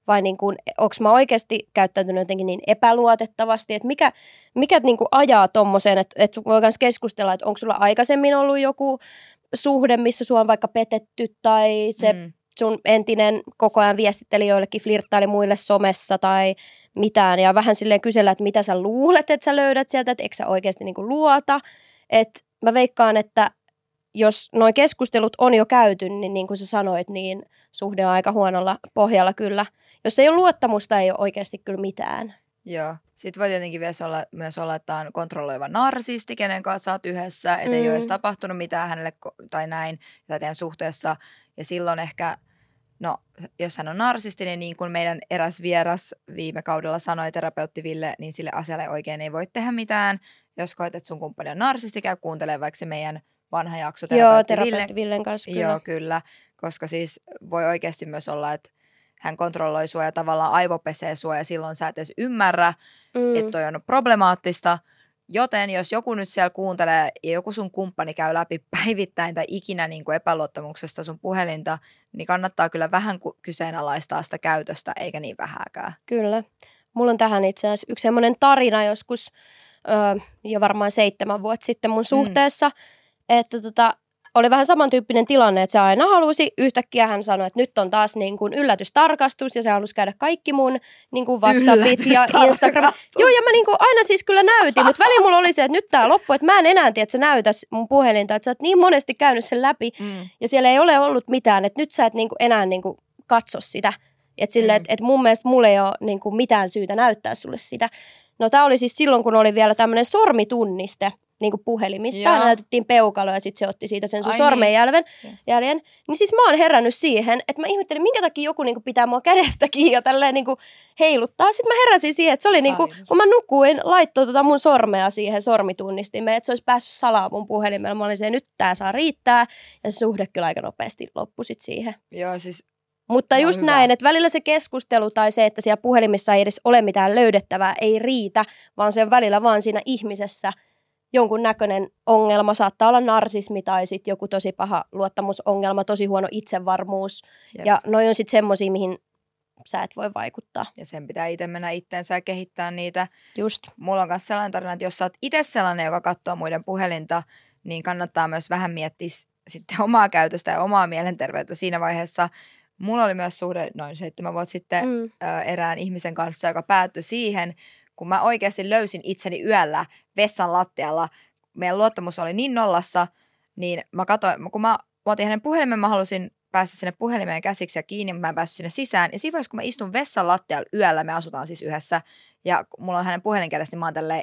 vai niin kuin, onko mä oikeasti käyttäytynyt jotenkin niin epäluotettavasti, että mikä, mikä niin kuin ajaa tommoseen, että, että voi myös keskustella, että onko sulla aikaisemmin ollut joku suhde, missä sua on vaikka petetty tai se mm. sun entinen koko ajan viestitteli joillekin, flirttaili muille somessa tai mitään ja vähän silleen kysellä, että mitä sä luulet, että sä löydät sieltä, että eikö sä oikeasti niin kuin luota, että mä veikkaan, että jos noin keskustelut on jo käyty, niin niin kuin sä sanoit, niin suhde on aika huonolla pohjalla kyllä. Jos ei ole luottamusta, ei ole oikeasti kyllä mitään. Joo. Sitten voi tietenkin myös olla, myös olla, että on kontrolloiva narsisti, kenen kanssa olet yhdessä, että mm. ei ole edes tapahtunut mitään hänelle tai näin tai teidän suhteessa. Ja silloin ehkä, no jos hän on narsistinen, niin kuin meidän eräs vieras viime kaudella sanoi, terapeutti Ville, niin sille asialle oikein ei voi tehdä mitään. Jos koet, että sun kumppani on narsisti, käy kuuntelemaan vaikka se meidän vanha jakso terapeutti, Joo, terapeutti Ville. Villen kanssa kyllä. Joo, kyllä, koska siis voi oikeasti myös olla, että hän kontrolloi sua ja tavallaan aivopesee sua ja silloin sä et edes ymmärrä, mm. että toi on problemaattista. Joten jos joku nyt siellä kuuntelee ja joku sun kumppani käy läpi päivittäin tai ikinä niin kuin epäluottamuksesta sun puhelinta, niin kannattaa kyllä vähän kyseenalaistaa sitä käytöstä, eikä niin vähääkään. Kyllä. Mulla on tähän itse asiassa yksi semmoinen tarina joskus öö, jo varmaan seitsemän vuotta sitten mun suhteessa, mm. että tota, oli vähän samantyyppinen tilanne, että se aina halusi, yhtäkkiä hän sanoi, että nyt on taas niin kuin yllätystarkastus ja se halusi käydä kaikki mun niin kuin WhatsAppit ja Instagram. Joo, ja mä niin kuin aina siis kyllä näytin, mutta välillä mulla oli se, että nyt tää loppuu, että mä en enää tiedä, että sä näytä mun puhelinta, että sä oot niin monesti käynyt sen läpi mm. ja siellä ei ole ollut mitään, että nyt sä et niin kuin enää niin kuin katso sitä. Että sille, mm. että et mun mielestä mulla ei ole niin kuin mitään syytä näyttää sulle sitä. No tää oli siis silloin, kun oli vielä tämmöinen sormitunniste, niin kuin puhelimissa, ja näytettiin peukaloa ja sitten se otti siitä sen sun sormenjäljen. Niin. niin siis mä oon herännyt siihen, että mä ihmettelin, minkä takia joku niin kuin pitää mua kädestä kiinni ja tälleen niin kuin heiluttaa. Sitten mä heräsin siihen, että se oli niin kuin, kun mä nukuin, laittoi tota mun sormea siihen sormitunnistimeen, että se olisi päässyt salaa mun puhelimella. Mä olin se, nyt tää saa riittää ja se suhde kyllä aika nopeasti loppui sit siihen. Joo, siis Mutta no, just hyvä. Näin, että välillä se keskustelu tai se, että siellä puhelimissa ei edes ole mitään löydettävää, ei riitä, vaan se on välillä vaan siinä ihmisessä jonkun näköinen ongelma, saattaa olla narsismi tai sitten joku tosi paha luottamusongelma, tosi huono itsevarmuus. Jep. Ja noi on sitten semmosia, mihin sä et voi vaikuttaa. Ja sen pitää itse mennä itteensä ja kehittää niitä. Just. Mulla on myös sellainen tarina, että jos sä oot itse sellainen, joka katsoo muiden puhelinta, niin kannattaa myös vähän miettiä sitten omaa käytöstä ja omaa mielenterveyttä siinä vaiheessa. Mulla oli myös suhde noin seitsemän vuotta sitten mm. erään ihmisen kanssa, joka päättyi siihen, kun mä oikeasti löysin itseni yöllä vessan lattialla. Meidän luottamus oli niin nollassa, niin mä katsoin, kun mä, mä otin hänen puhelimen, mä halusin päästä sinne puhelimeen käsiksi ja kiinni, mutta mä en päässyt sinne sisään. Ja siinä vaiheessa, kun mä istun vessan lattialla yöllä, me asutaan siis yhdessä, ja mulla on hänen puhelin kädessä, niin mä oon tälleen,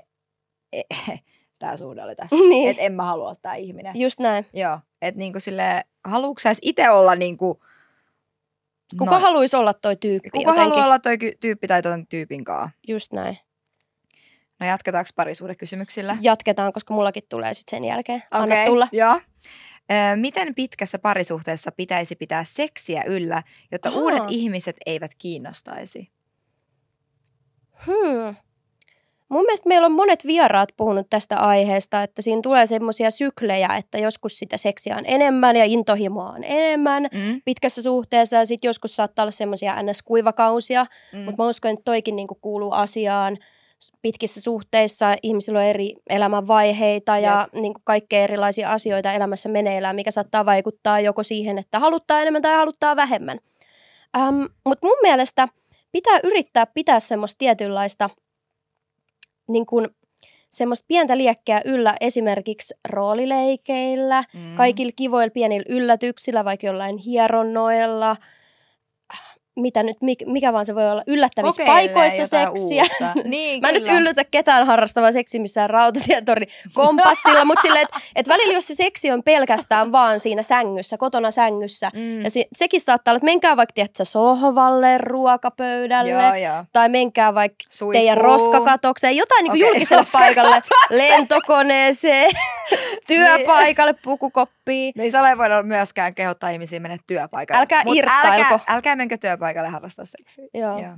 eh, tää suhde oli tässä. Niin. Että en mä halua olla tää ihminen. Just näin. Joo, että niinku silleen, haluatko sä itse olla niinku, kuka noin. Haluaisi olla toi tyyppi Kuka jotenkin? Haluaa olla toi tyyppi tai ton tyypin kaa? Just näin. No jatketaanko parisuhdekysymyksillä? Jatketaan, koska mullakin tulee sitten sen jälkeen. Okay, anna tulla. Joo. Ö, miten pitkässä parisuhteessa pitäisi pitää seksiä yllä, jotta Aha. uudet ihmiset eivät kiinnostaisi? Hmm. Mun mielestä meillä on monet vieraat puhunut tästä aiheesta, että siinä tulee semmoisia syklejä, että joskus sitä seksiä on enemmän ja intohimoa on enemmän mm. pitkässä suhteessa. Ja sitten joskus saattaa olla semmoisia ns. Kuivakausia, mm. mutta mä uskon, että toikin niinku kuuluu asiaan. Pitkissä suhteissa ihmisillä on eri elämänvaiheita ja niin kuin kaikkea erilaisia asioita elämässä meneillään, mikä saattaa vaikuttaa joko siihen, että haluttaa enemmän tai haluttaa vähemmän. Ähm, Mutta mun mielestä pitää yrittää pitää semmoista tietynlaista niin kuin, semmoista pientä liekkiä yllä esimerkiksi roolileikeillä, mm. kaikilla kivoilla pienillä yllätyksillä, vaikka jollain hieronnoilla. Mitä nyt, mikä vaan se voi olla, yllättävissä Kokeile paikoissa seksiä. Niin, mä kyllä. nyt yllätä ketään harrastavaa seksiä missään rautatietorin kompassilla, mutta silleen, että et välillä jos se seksi on pelkästään vaan siinä sängyssä, kotona sängyssä, mm. ja se, sekin saattaa olla, että menkää vaikka tiedätkö, sohvalle, ruokapöydälle, joo, joo. tai menkää vaikka Suihkuu. Teidän roskakatokseen, jotain niin kuin okay. julkiselle paikalle, lentokoneeseen, työpaikalle, pukukoppiin. Me ei saa voida myöskään kehottaa ihmisiä mennä työpaikalle. Älkää irstailko. Älkää, älkää menkö työpaikalle harrastaa seksiä. Joo. Joo.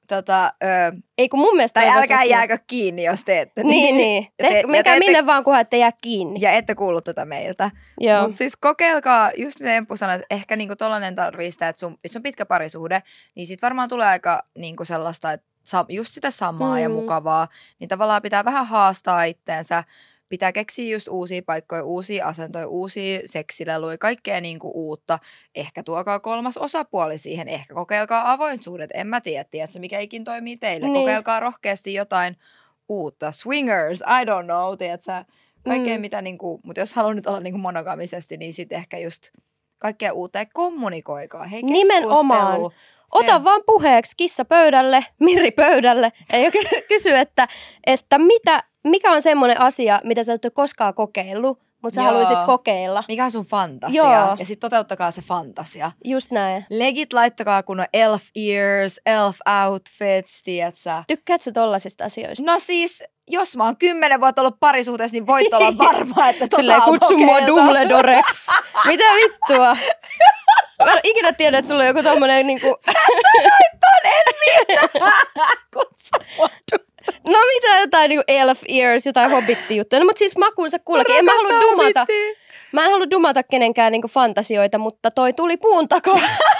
Tota, ö, Ei kun mun mielestä... tai älkää jääkö kiinni, jos teette. Niin, niin. Te, te, menkää minne te, vaan, kunhan ette jää kiinni. Ja ette kuulu tätä meiltä. Mutta siis kokeilkaa, just mitä Emppu sanoi, että ehkä niinku tollainen tarvii sitä, että sun, että sun pitkä parisuhde, niin sit varmaan tulee aika niinku sellaista, että just sitä samaa mm. ja mukavaa. Niin tavallaan pitää vähän haastaa itteensä. Pitää keksiä just uusia paikkoja, uusia asentoja, uusia seksileluja, kaikkea niinku uutta. Ehkä tuokaa kolmas osapuoli siihen, ehkä kokeilkaa avoinsuhdet, en mä tiedä, tiedätkö, mikä ikin toimii teille. Niin. Kokeilkaa rohkeasti jotain uutta. Swingers, I don't know, tiedätkö, kaikkea mm. mitä niinku, mutta jos haluaa nyt olla niinku monogamisesti, niin sitten ehkä just kaikkea uutta ja kommunikoikaa. Hei, nimenomaan. Ota Se... vaan puheeksi kissa pöydälle, Mirri pöydälle ja kysy, että, että mitä, mikä on semmoinen asia, mitä sä et ole koskaan kokeillut, mutta sä Joo. haluaisit kokeilla. Mikä on sun fantasia? Joo. Ja sitten toteuttakaa se fantasia. Just näin. Legit laittakaa kun on elf ears, elf outfits, tietsä. Tykkäätkö tollasista asioista? No siis, jos mä oon kymmenen vuotta ollut parisuhteessa, niin voit olla varma, että tota Silleen, kutsu mua Dumbledoreksi. Mitä vittua? Mä en ikinä tiedä, että sulla on joku tommonen niinku... Sä sanoit ton, en minä! Kutsu mua Dumbledoreksi. No mitä jotain niinku elf ears, jotain hobbitti-juttuja. No mut siis makuunsa kullakin. En mä halua dumata. Mä en halua dumata kenenkään niinku fantasioita, mutta toi tuli puun takaa.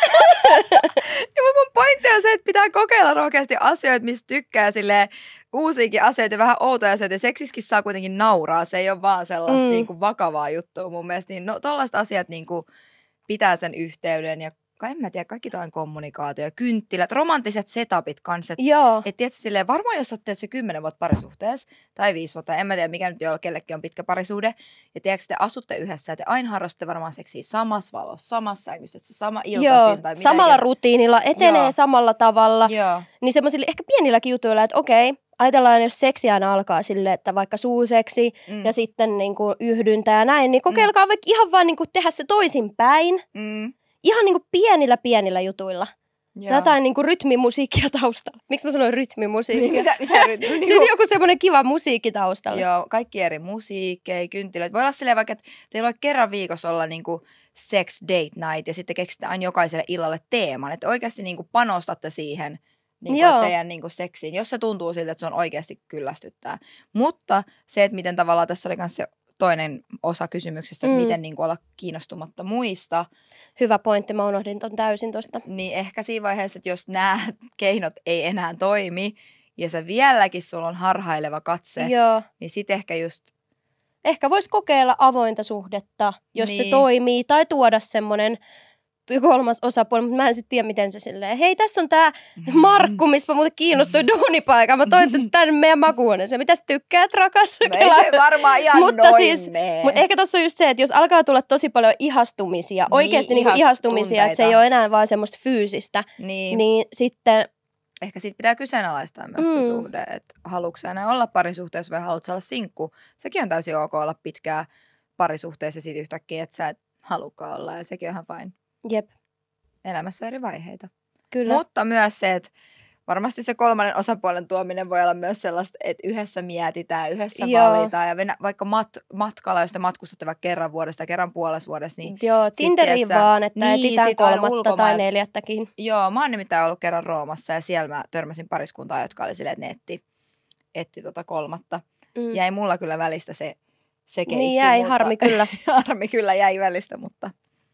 Ja mun pointti on se, että pitää kokeilla rohkeasti asioita, mistä tykkää silleen uusiakin asioita ja vähän outoja asioita. Ja seksiskin saa kuitenkin nauraa. Se ei ole vaan sellaista mm. niinku vakavaa juttua mun mielestä. Niin no, tollaiset asiat niinku pitää sen yhteyden ja en mä tiedä, kaikki toinen kommunikaatio, kynttilät, romanttiset setupit kanssa. Joo. Että tiedätkö silleen, varmaan jos sä teet se kymmenen vuotta parisuhteessa tai viisi vuotta, en mä tiedä mikä nyt jo kellekin on pitkä parisuhde. Ja tiedätkö, te asutte yhdessä ja te aina harrastatte varmaan seksiä samassa valossa, samassa sängyssä, että se sama iltaisin. Joo, tai samalla rutiinilla, etenee Joo. samalla tavalla. Joo. Niin semmoisilla ehkä pienilläkin jutuilla, että okei, ajatellaan, jos seksi aina alkaa silleen, että vaikka suuseksi mm. ja sitten niin kuin yhdyntä ja näin, niin kokeilkaa mm. vaikka ihan vaan niin kuin tehdä se toisinpäin. Mm. Ihan niinku pienillä pienillä jutuilla. Joo. Jotain niinku rytmimusiikkia taustalla. Miksi mä sanoin rytmimusiikkia? Niin, mitä, mitä rytmi? Siis joku semmoinen kiva musiikki taustalla. Joo, kaikki eri musiikkeja, kynttilöitä. Voi olla silleen vaikka, että teillä voi kerran viikossa olla niinku sex date night ja sitten keksitte aina jokaiselle illalle teeman. Että oikeasti niinku panostatte siihen niinku teidän niinku seksiin, jos se tuntuu siltä, että se on oikeasti kyllästyttää. Mutta se, että miten tavallaan tässä oli myös se toinen osa kysymyksestä, että mm. miten niin kuin olla kiinnostumatta muista. Hyvä pointti, mä unohdin ton täysin tosta. Niin ehkä siinä vaiheessa, että jos nämä keinot ei enää toimi ja sä vieläkin sulla on harhaileva katse, Joo. niin sit ehkä just... Ehkä vois kokeilla avointa suhdetta, jos niin. se toimii, tai tuoda semmonen kolmas osapuoli, mutta mä en sitten tiedä, miten se silleen, hei, tässä on tää Markku, mistä mä muuten kiinnostuin duunipaikan. Mä toin tänne meidän makuuhuoneeseen. Mitä sä tykkäät, rakas? No ei se varmaan ihan mutta noin siis, mutta ehkä tossa on just se, että jos alkaa tulla tosi paljon ihastumisia, niin, oikeasti niinku ihastumisia, että se ei ole enää vaan semmoista fyysistä, niin, niin sitten... Ehkä siitä pitää kyseenalaistaa myös mm. se suhde, että haluatko sä enää olla parisuhteessa vai haluatko olla sinkku. Sekin on täysin ok olla pitkää parisuhteessa ja sitten yhtäkkiä, että sä et halukaan olla ja sekin on ihan fine. Jep. Elämässä on eri vaiheita. Kyllä. Mutta myös se, että varmasti se kolmannen osapuolen tuominen voi olla myös sellaista, että yhdessä mietitään, yhdessä Joo. valitaan. Ja venä, vaikka mat, matkalla, jos te matkustatte vaikka kerran vuodesta, kerran puolessa vuodessa, niin... Joo, Tinderiin vaan, että niin, etsitään kolmatta tai neljättäkin. Joo, mä oon nimittäin ollut kerran Roomassa ja siellä mä törmäsin pariskuntaa, jotka oli silleen, että ne etti, etti tota kolmatta. Mm. Jäi mulla kyllä välistä se, se keissi. Niin jäi, mutta, harmi kyllä. harmi kyllä jäi välistä, mutta...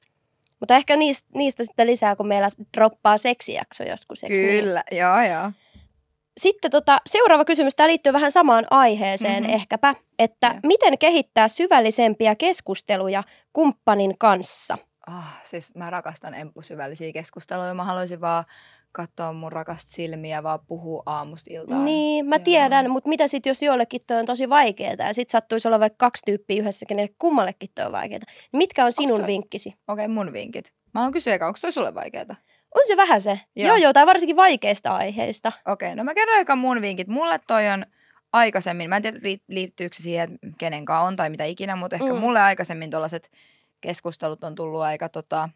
Mutta ehkä niistä, niistä sitten lisää, kun meillä droppaa seksijakso joskus. Kyllä, niin? joo joo. Sitten tota, seuraava kysymys, tämä liittyy vähän samaan aiheeseen mm-hmm. ehkäpä, että ja. miten kehittää syvällisempiä keskusteluja kumppanin kanssa? Oh, siis mä rakastan empusyvällisiä keskusteluja, mä haluaisin vaan katsoa mun rakasta silmiä ja vaan puhua aamusta iltaan. Niin, mä tiedän, mutta mitä sitten jos jollekin toi on tosi vaikeaa ja sitten sattuisi olla vaikka kaksi tyyppiä yhdessä, kenelle kummallekin toi on vaikeaa. Mitkä on sinun toi... vinkkisi? Okei, okay, mun vinkit. Mä haluan kysyä, onko toi sulle vaikeaa? On se vähän se. Joo, joo, joo tai varsinkin vaikeista aiheista. Okei, okay, no mä kerron eka mun vinkit. Mulle toi on aikaisemmin, mä en tiedä liittyykö se siihen, että kenenkaan on tai mitä ikinä, mutta ehkä mm. mulle aikaisemmin tollaiset keskustelut on tullut aika tota...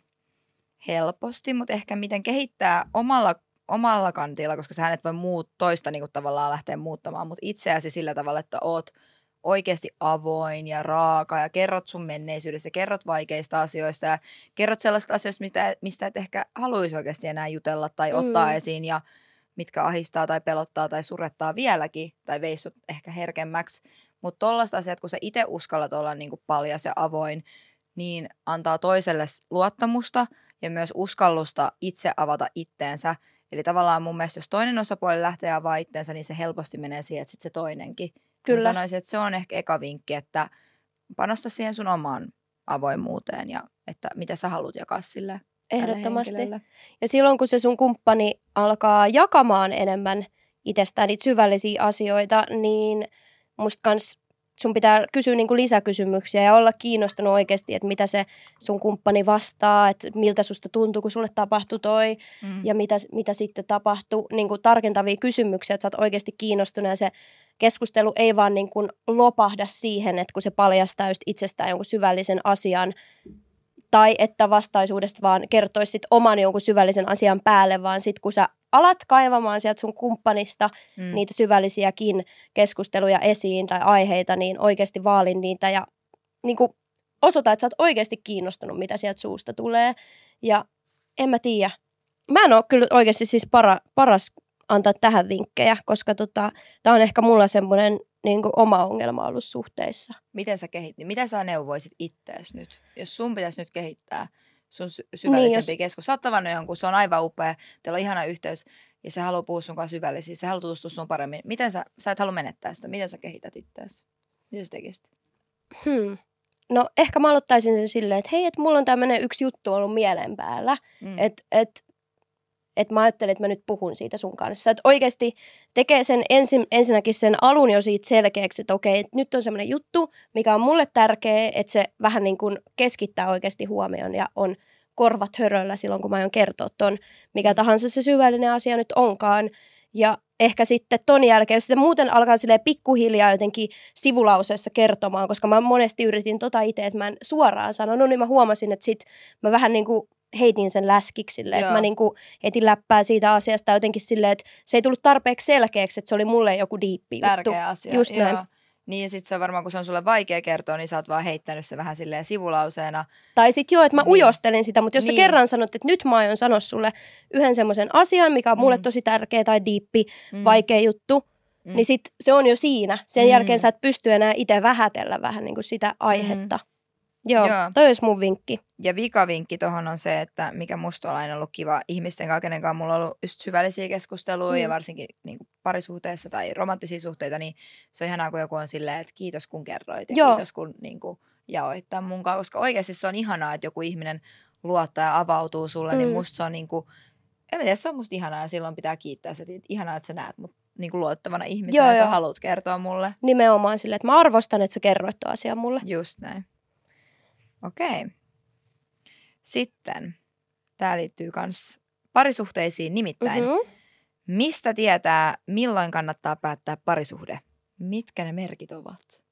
helposti, mutta ehkä miten kehittää omalla, omalla kantilla, koska sä et voi muut toista niin kuin tavallaan lähteä muuttamaan, mutta itseäsi sillä tavalla, että oot oikeasti avoin ja raaka ja kerrot sun menneisyydestä, kerrot vaikeista asioista ja kerrot sellaista asioista, mistä, mistä et ehkä haluaisi oikeasti enää jutella tai ottaa mm. esiin ja mitkä ahistaa tai pelottaa tai surettaa vieläkin, tai veissut ehkä herkemmäksi. Mutta tollaiset asiat, kun sä itse uskallat olla niinku paljas ja avoin, niin antaa toiselle luottamusta ja myös uskallusta itse avata itteensä. Eli tavallaan mun mielestä, jos toinen osapuoli lähtee avaa itteensä, niin se helposti menee siihen, että sit se toinenkin. Kyllä. Mä sanoisin, että se on ehkä eka vinkki, että panosta siihen sun omaan avoimuuteen ja että mitä sä haluat jakaa sille. Ehdottomasti. Ja silloin, kun se sun kumppani alkaa jakamaan enemmän itsestään niitä syvällisiä asioita, niin musta kans sun pitää kysyä niinku lisäkysymyksiä ja olla kiinnostunut oikeasti, että mitä se sun kumppani vastaa, että miltä susta tuntuu, kun sulle tapahtui toi mm. ja mitä, mitä sitten tapahtui. Niinku tarkentavia kysymyksiä, että sä oot oikeasti kiinnostunut ja se keskustelu ei vaan niinku lopahda siihen, että kun se paljastaa just itsestään jonkun syvällisen asian, tai että vastaisuudesta vaan kertoisi sit oman jonkun syvällisen asian päälle, vaan sitten kun sä alat kaivamaan sieltä sun kumppanista mm. niitä syvällisiäkin keskusteluja esiin tai aiheita, niin oikeasti vaalin niitä ja niin kuin osoita, että sä oot oikeasti kiinnostunut, mitä sieltä suusta tulee. Ja en mä tiedä. Mä en ole kyllä oikeasti siis para, paras antaa tähän vinkkejä, koska tota, tää on ehkä mulla semmoinen niin kuin oma ongelma ollut suhteissa. Miten sä kehit, mitä sä neuvoisit ittees nyt? Jos sun pitäisi nyt kehittää sun sy- syvällisempi niin, keskus. Sä oot tavannut jonkun, se on aivan upea, teillä on ihana yhteys ja se haluaa puhua sun kanssa syvällisiä, se haluaa tutustua sun paremmin. Miten sä, sä et halua menettää sitä, miten sä kehität ittees? Mitä sä tekisit? Hmm. No ehkä mä aloittaisin sen silleen, että hei, että mulla on tämmöinen yksi juttu ollut mielen päällä, mm. että et, että mä ajattelin, että mä nyt puhun siitä sun kanssa. Että oikeasti tekee sen ensin, ensinnäkin sen alun jo siitä selkeäksi, että okei, että nyt on semmoinen juttu, mikä on mulle tärkeä, että se vähän niin kuin keskittää oikeasti huomioon ja on korvat höröllä silloin, kun mä aion kertoa ton, mikä tahansa se syvällinen asia nyt onkaan. Ja ehkä sitten ton jälkeen, jos sitä muuten alkaa silleen pikkuhiljaa jotenkin sivulauseessa kertomaan, koska mä monesti yritin tota itse, että mä en suoraan sanonut, niin mä huomasin, että sit mä vähän niin kuin heitin sen läskiksi silleen, että mä niinku heitin läppää siitä asiasta jotenkin silleen, että se ei tullut tarpeeksi selkeäksi, että se oli mulle joku diippi juttu. Tärkeä asia. Just näin. Joo. Niin ja sit se on varmaan, kun se on sulle vaikea kertoa, niin sä oot vaan heittänyt se vähän silleen sivulauseena. Tai sit joo, että mä niin. ujostelin sitä, mutta jos niin. sä kerran sanot, että nyt mä aion sanoa sulle yhden semmoisen asian, mikä on mulle mm. tosi tärkeä tai diippi, mm. vaikea juttu, mm. niin sit se on jo siinä. Sen mm. jälkeen sä et pysty enää itse vähätellä vähän niin kuin sitä aihetta. Mm. Joo, Joo, toi olisi mun vinkki. Ja vikavinkki tohon on se, että mikä musta on aina ollut kiva ihmisten kanssa, kenen kanssa mulla on ollut just syvällisiä keskusteluja mm. ja varsinkin niin kuin parisuhteessa tai romanttisia suhteita, niin se on ihanaa, kun joku on silleen, että kiitos kun kerroit ja Joo. kiitos kun niin kuin, jaoit tämän mun kanssa, koska oikeasti se on ihanaa, että joku ihminen luottaa ja avautuu sulle, mm. niin musta se on niin kuin, en tiedä, se on musta ihanaa ja silloin pitää kiittää se, että ihanaa, että sä näet mut niin kuin luottavana ihmisenä ja sä haluat kertoa mulle. Nimenomaan silleen, että mä arvostan, että sä kerroit tuon asian mulle. Just näin. Okei. Sitten, tämä liittyy myös parisuhteisiin nimittäin. Mm-hmm. Mistä tietää, milloin kannattaa päättää parisuhde? Mitkä ne merkit ovat?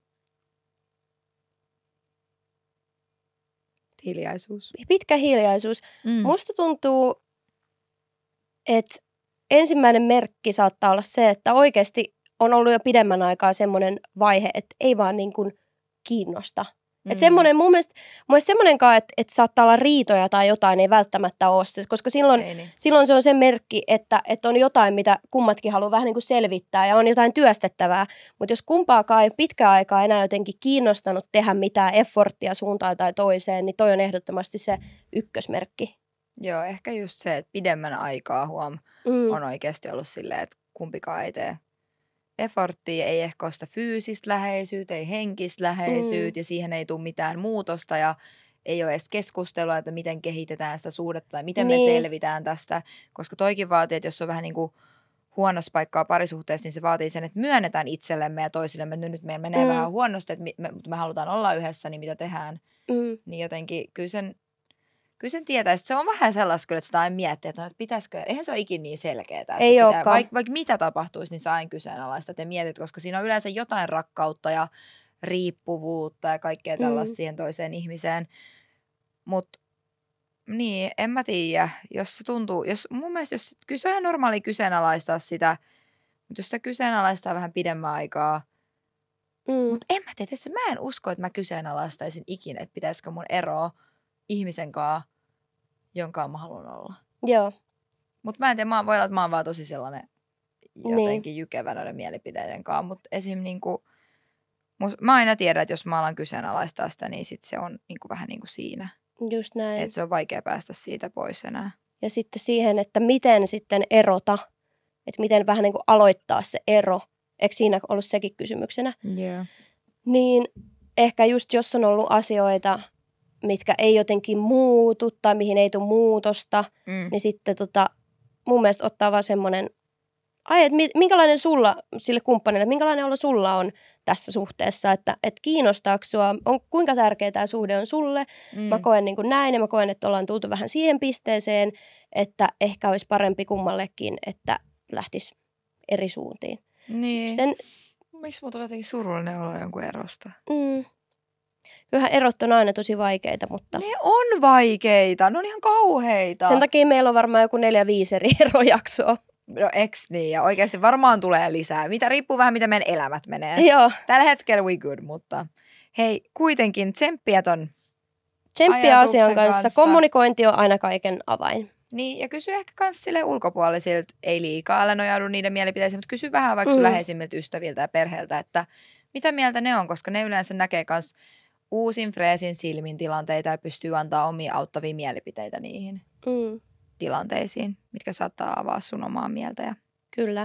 Hiljaisuus. Pitkä hiljaisuus. Mm. Musta tuntuu, että ensimmäinen merkki saattaa olla se, että oikeasti on ollut jo pidemmän aikaa semmoinen vaihe, että ei vaan niin kuin kiinnosta. Mm. Että semmoinen, mun mielestä, mun mielestä semmoinenkaan, että, että saattaa olla riitoja tai jotain, ei välttämättä ole se, koska silloin, niin. silloin se on se merkki, että, että on jotain, mitä kummatkin haluaa vähän niin kuin selvittää ja on jotain työstettävää. Mutta jos kumpaakaan ei pitkään aikaa enää jotenkin kiinnostanut tehdä mitään efforttia suuntaan tai toiseen, niin toi on ehdottomasti se ykkösmerkki. Joo, ehkä just se, että pidemmän aikaa huom mm. on oikeasti ollut silleen, että kumpikaan ei tee efforttia, ei ehkä ole sitä fyysistä läheisyyttä, ei henkistä läheisyyttä mm. ja siihen ei tule mitään muutosta ja ei ole edes keskustelua, että miten kehitetään sitä suhdetta tai miten niin. me selvitään tästä, koska toikin vaatii, että jos on vähän niin kuin huonossa paikkaa parisuhteessa, niin se vaatii sen, että myönnetään itsellemme ja toisillemme, että nyt meillä menee mm. vähän huonosti, että me, me halutaan olla yhdessä, niin mitä tehdään. Mm. Niin jotenkin kyllä sen, kyllä sen tietää, että se on vähän sellaista kyllä, että sitä aina miettii, että, no, että pitäisikö, eihän se ole ikinä niin selkeää. Ei pitää, vaikka, vaikka mitä tapahtuisi, niin sä aina kyseenalaista, että mietit, koska siinä on yleensä jotain rakkautta ja riippuvuutta ja kaikkea tällaista mm. siihen toiseen ihmiseen. Mutta niin, en mä tiedä, jos se tuntuu, jos mun mielestä, jos, kyllä se on ihan normaali kyseenalaistaa sitä, mutta jos sitä kyseenalaistaa vähän pidemmän aikaa, mm. mutta en mä tiedä, mä en usko, että mä kyseenalaistaisin ikinä, että pitäisikö mun eroa ihmisen kanssa, jonka mä haluan olla. Joo. Mutta mä en tiedä, mä, voi olla, että mä oon vaan tosi sellainen jotenkin niin. jykevä noiden mielipiteiden kanssa. Mutta esim. Niinku, mä aina tiedän, että jos mä alan kyseenalaistaa sitä, niin sit se on niinku vähän niin kuin siinä. Just näin. Että se on vaikea päästä siitä pois enää. Ja sitten siihen, että miten sitten erota, että miten vähän niin kuin aloittaa se ero. Eikö siinä ollut sekin kysymyksenä? Yeah. Niin ehkä just jos on ollut asioita, mitkä ei jotenkin muutu tai mihin ei tule muutosta, mm. niin sitten tota, mun mielestä ottaa vaan semmoinen, ai, että minkälainen sulla sille kumppanille, minkälainen olo sulla on tässä suhteessa, että, että kiinnostaako sua, on, kuinka tärkeä tämä suhde on sulle. Mm. Mä koen niin kuin näin ja mä koen, että ollaan tultu vähän siihen pisteeseen, että ehkä olisi parempi kummallekin, että lähtisi eri suuntiin. Niin. Sen, Miksi mulla tulee jotenkin surullinen olo jonkun erosta? Mm. Kyllähän erot on aina tosi vaikeita, mutta... Ne on vaikeita, ne on ihan kauheita. Sen takia meillä on varmaan joku neljä viisi eri erojaksoa. No eks niin, ja oikeasti varmaan tulee lisää. Mitä riippuu vähän, mitä meidän elämät menee. Joo. Tällä hetkellä we good, mutta hei, kuitenkin tsemppiä ton Tsemppiä asian kanssa. kanssa. Kommunikointi on aina kaiken avain. Niin, ja kysy ehkä kans sille ulkopuolisilta, ei liikaa, älä nojaudu niiden mielipiteisiin, mutta kysy vähän vaikka sun mm. läheisimmiltä ystäviltä ja perheeltä, että mitä mieltä ne on, koska ne yleensä näkee kans uusin freesin silmin tilanteita ja pystyy antaa omia auttavia mielipiteitä niihin mm. tilanteisiin, mitkä saattaa avaa sun omaa mieltä. Ja... Kyllä.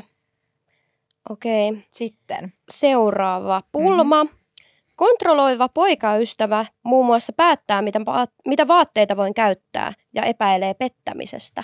Okei. Okay. Sitten. Seuraava pulma. Mm-hmm. Kontrolloiva poikaystävä muun muassa päättää, mitä, va- mitä vaatteita voin käyttää ja epäilee pettämisestä.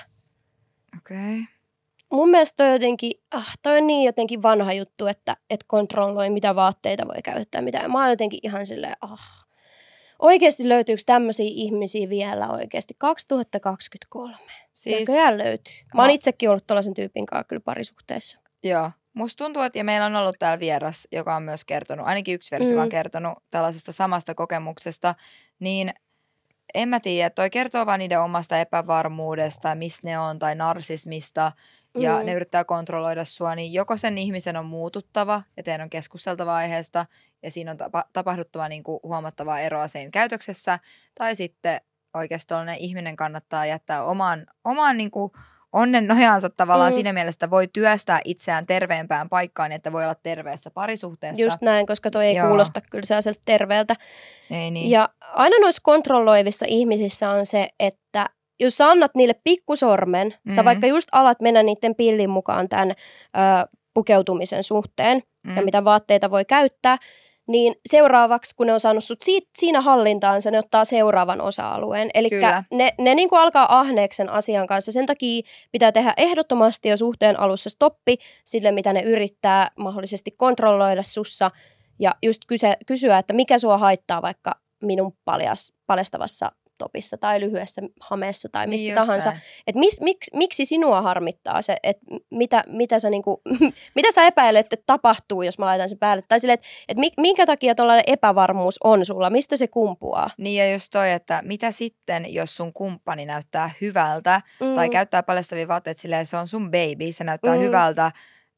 Okei. Okay. Mun mielestä toi, jotenkin, ah, toi on niin jotenkin vanha juttu, että et kontrolloi, mitä vaatteita voi käyttää. Mitä. Mä oon jotenkin ihan silleen, ah. Oikeasti löytyykö tämmöisiä ihmisiä vielä oikeasti? kaksituhattakaksikymmentäkolme. Siis... Näköjään löytyy. Mä oon ha. itsekin ollut tollaisen tyypin kanssa kyllä parisuhteessa. Joo. Musta tuntuu, että ja meillä on ollut täällä vieras, joka on myös kertonut, ainakin yksi versio, mm. joka on kertonut tällaisesta samasta kokemuksesta, niin en mä tiedä, että toi kertoo vaan niiden omasta epävarmuudesta, missä ne on, tai narsismista, ja mm. ne yrittää kontrolloida sua, niin joko sen ihmisen on muututtava, ja teidän on keskusteltava aiheesta, ja siinä on tapa- tapahduttava niin kuin huomattavaa eroa sen käytöksessä, tai sitten oikeasti tollainen ihminen kannattaa jättää omaan, omaan niin kuin onnen nojaansa tavallaan mm. siinä mielessä, että voi työstää itseään terveempään paikkaan, että voi olla terveessä parisuhteessa. Just näin, koska toi ei Joo. kuulosta kyllä sellaiselta terveeltä. Ei niin. Ja aina noissa kontrolloivissa ihmisissä on se, että jos sä annat niille pikkusormen, mm-hmm. sä vaikka just alat mennä niiden pillin mukaan tämän ö, pukeutumisen suhteen mm. ja mitä vaatteita voi käyttää, niin seuraavaksi, kun ne on saanut sut siitä, siinä hallintaansa, ne ottaa seuraavan osa-alueen. Eli ne, ne niin kuin alkaa ahneeksi sen asian kanssa. Sen takia pitää tehdä ehdottomasti jo suhteen alussa stoppi sille, mitä ne yrittää mahdollisesti kontrolloida sussa. Ja just kyse, kysyä, että mikä sua haittaa vaikka minun paljas, paljastavassa topissa tai lyhyessä hameessa tai missä niin tahansa. Että mis, miksi, miksi sinua harmittaa se, että mitä, mitä, sä niinku, mitä sä epäilet, että tapahtuu, jos mä laitan sen päälle. Tai silleen, että, että minkä takia tuollainen epävarmuus on sulla, mistä se kumpuaa. Niin ja just toi, että mitä sitten, jos sun kumppani näyttää hyvältä mm. tai käyttää paljastavia vaatteita silleen, se on sun baby, se näyttää mm. hyvältä,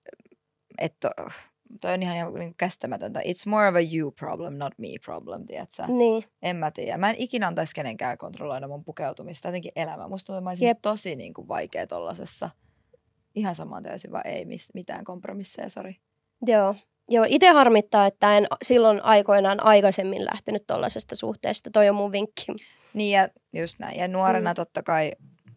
että... Toi on ihan, ihan niin käsittämätöntä. It's more of a you problem, not me problem, tiedätkö? Niin. En mä tiedä. Mä en ikinä antaisi kenenkään kontrolloida mun pukeutumista, jotenkin elämä. Musta tuntuu, että mä olisin Jep. tosi niin kuin vaikea tollasessa. Ihan saman täysin, vaan ei mitään kompromisseja, sori. Joo. Joo, itse harmittaa, että en silloin aikoinaan aikaisemmin lähtenyt tollasesta suhteesta. Toi on mun vinkki. Niin ja just näin. Ja nuorena mm. totta kai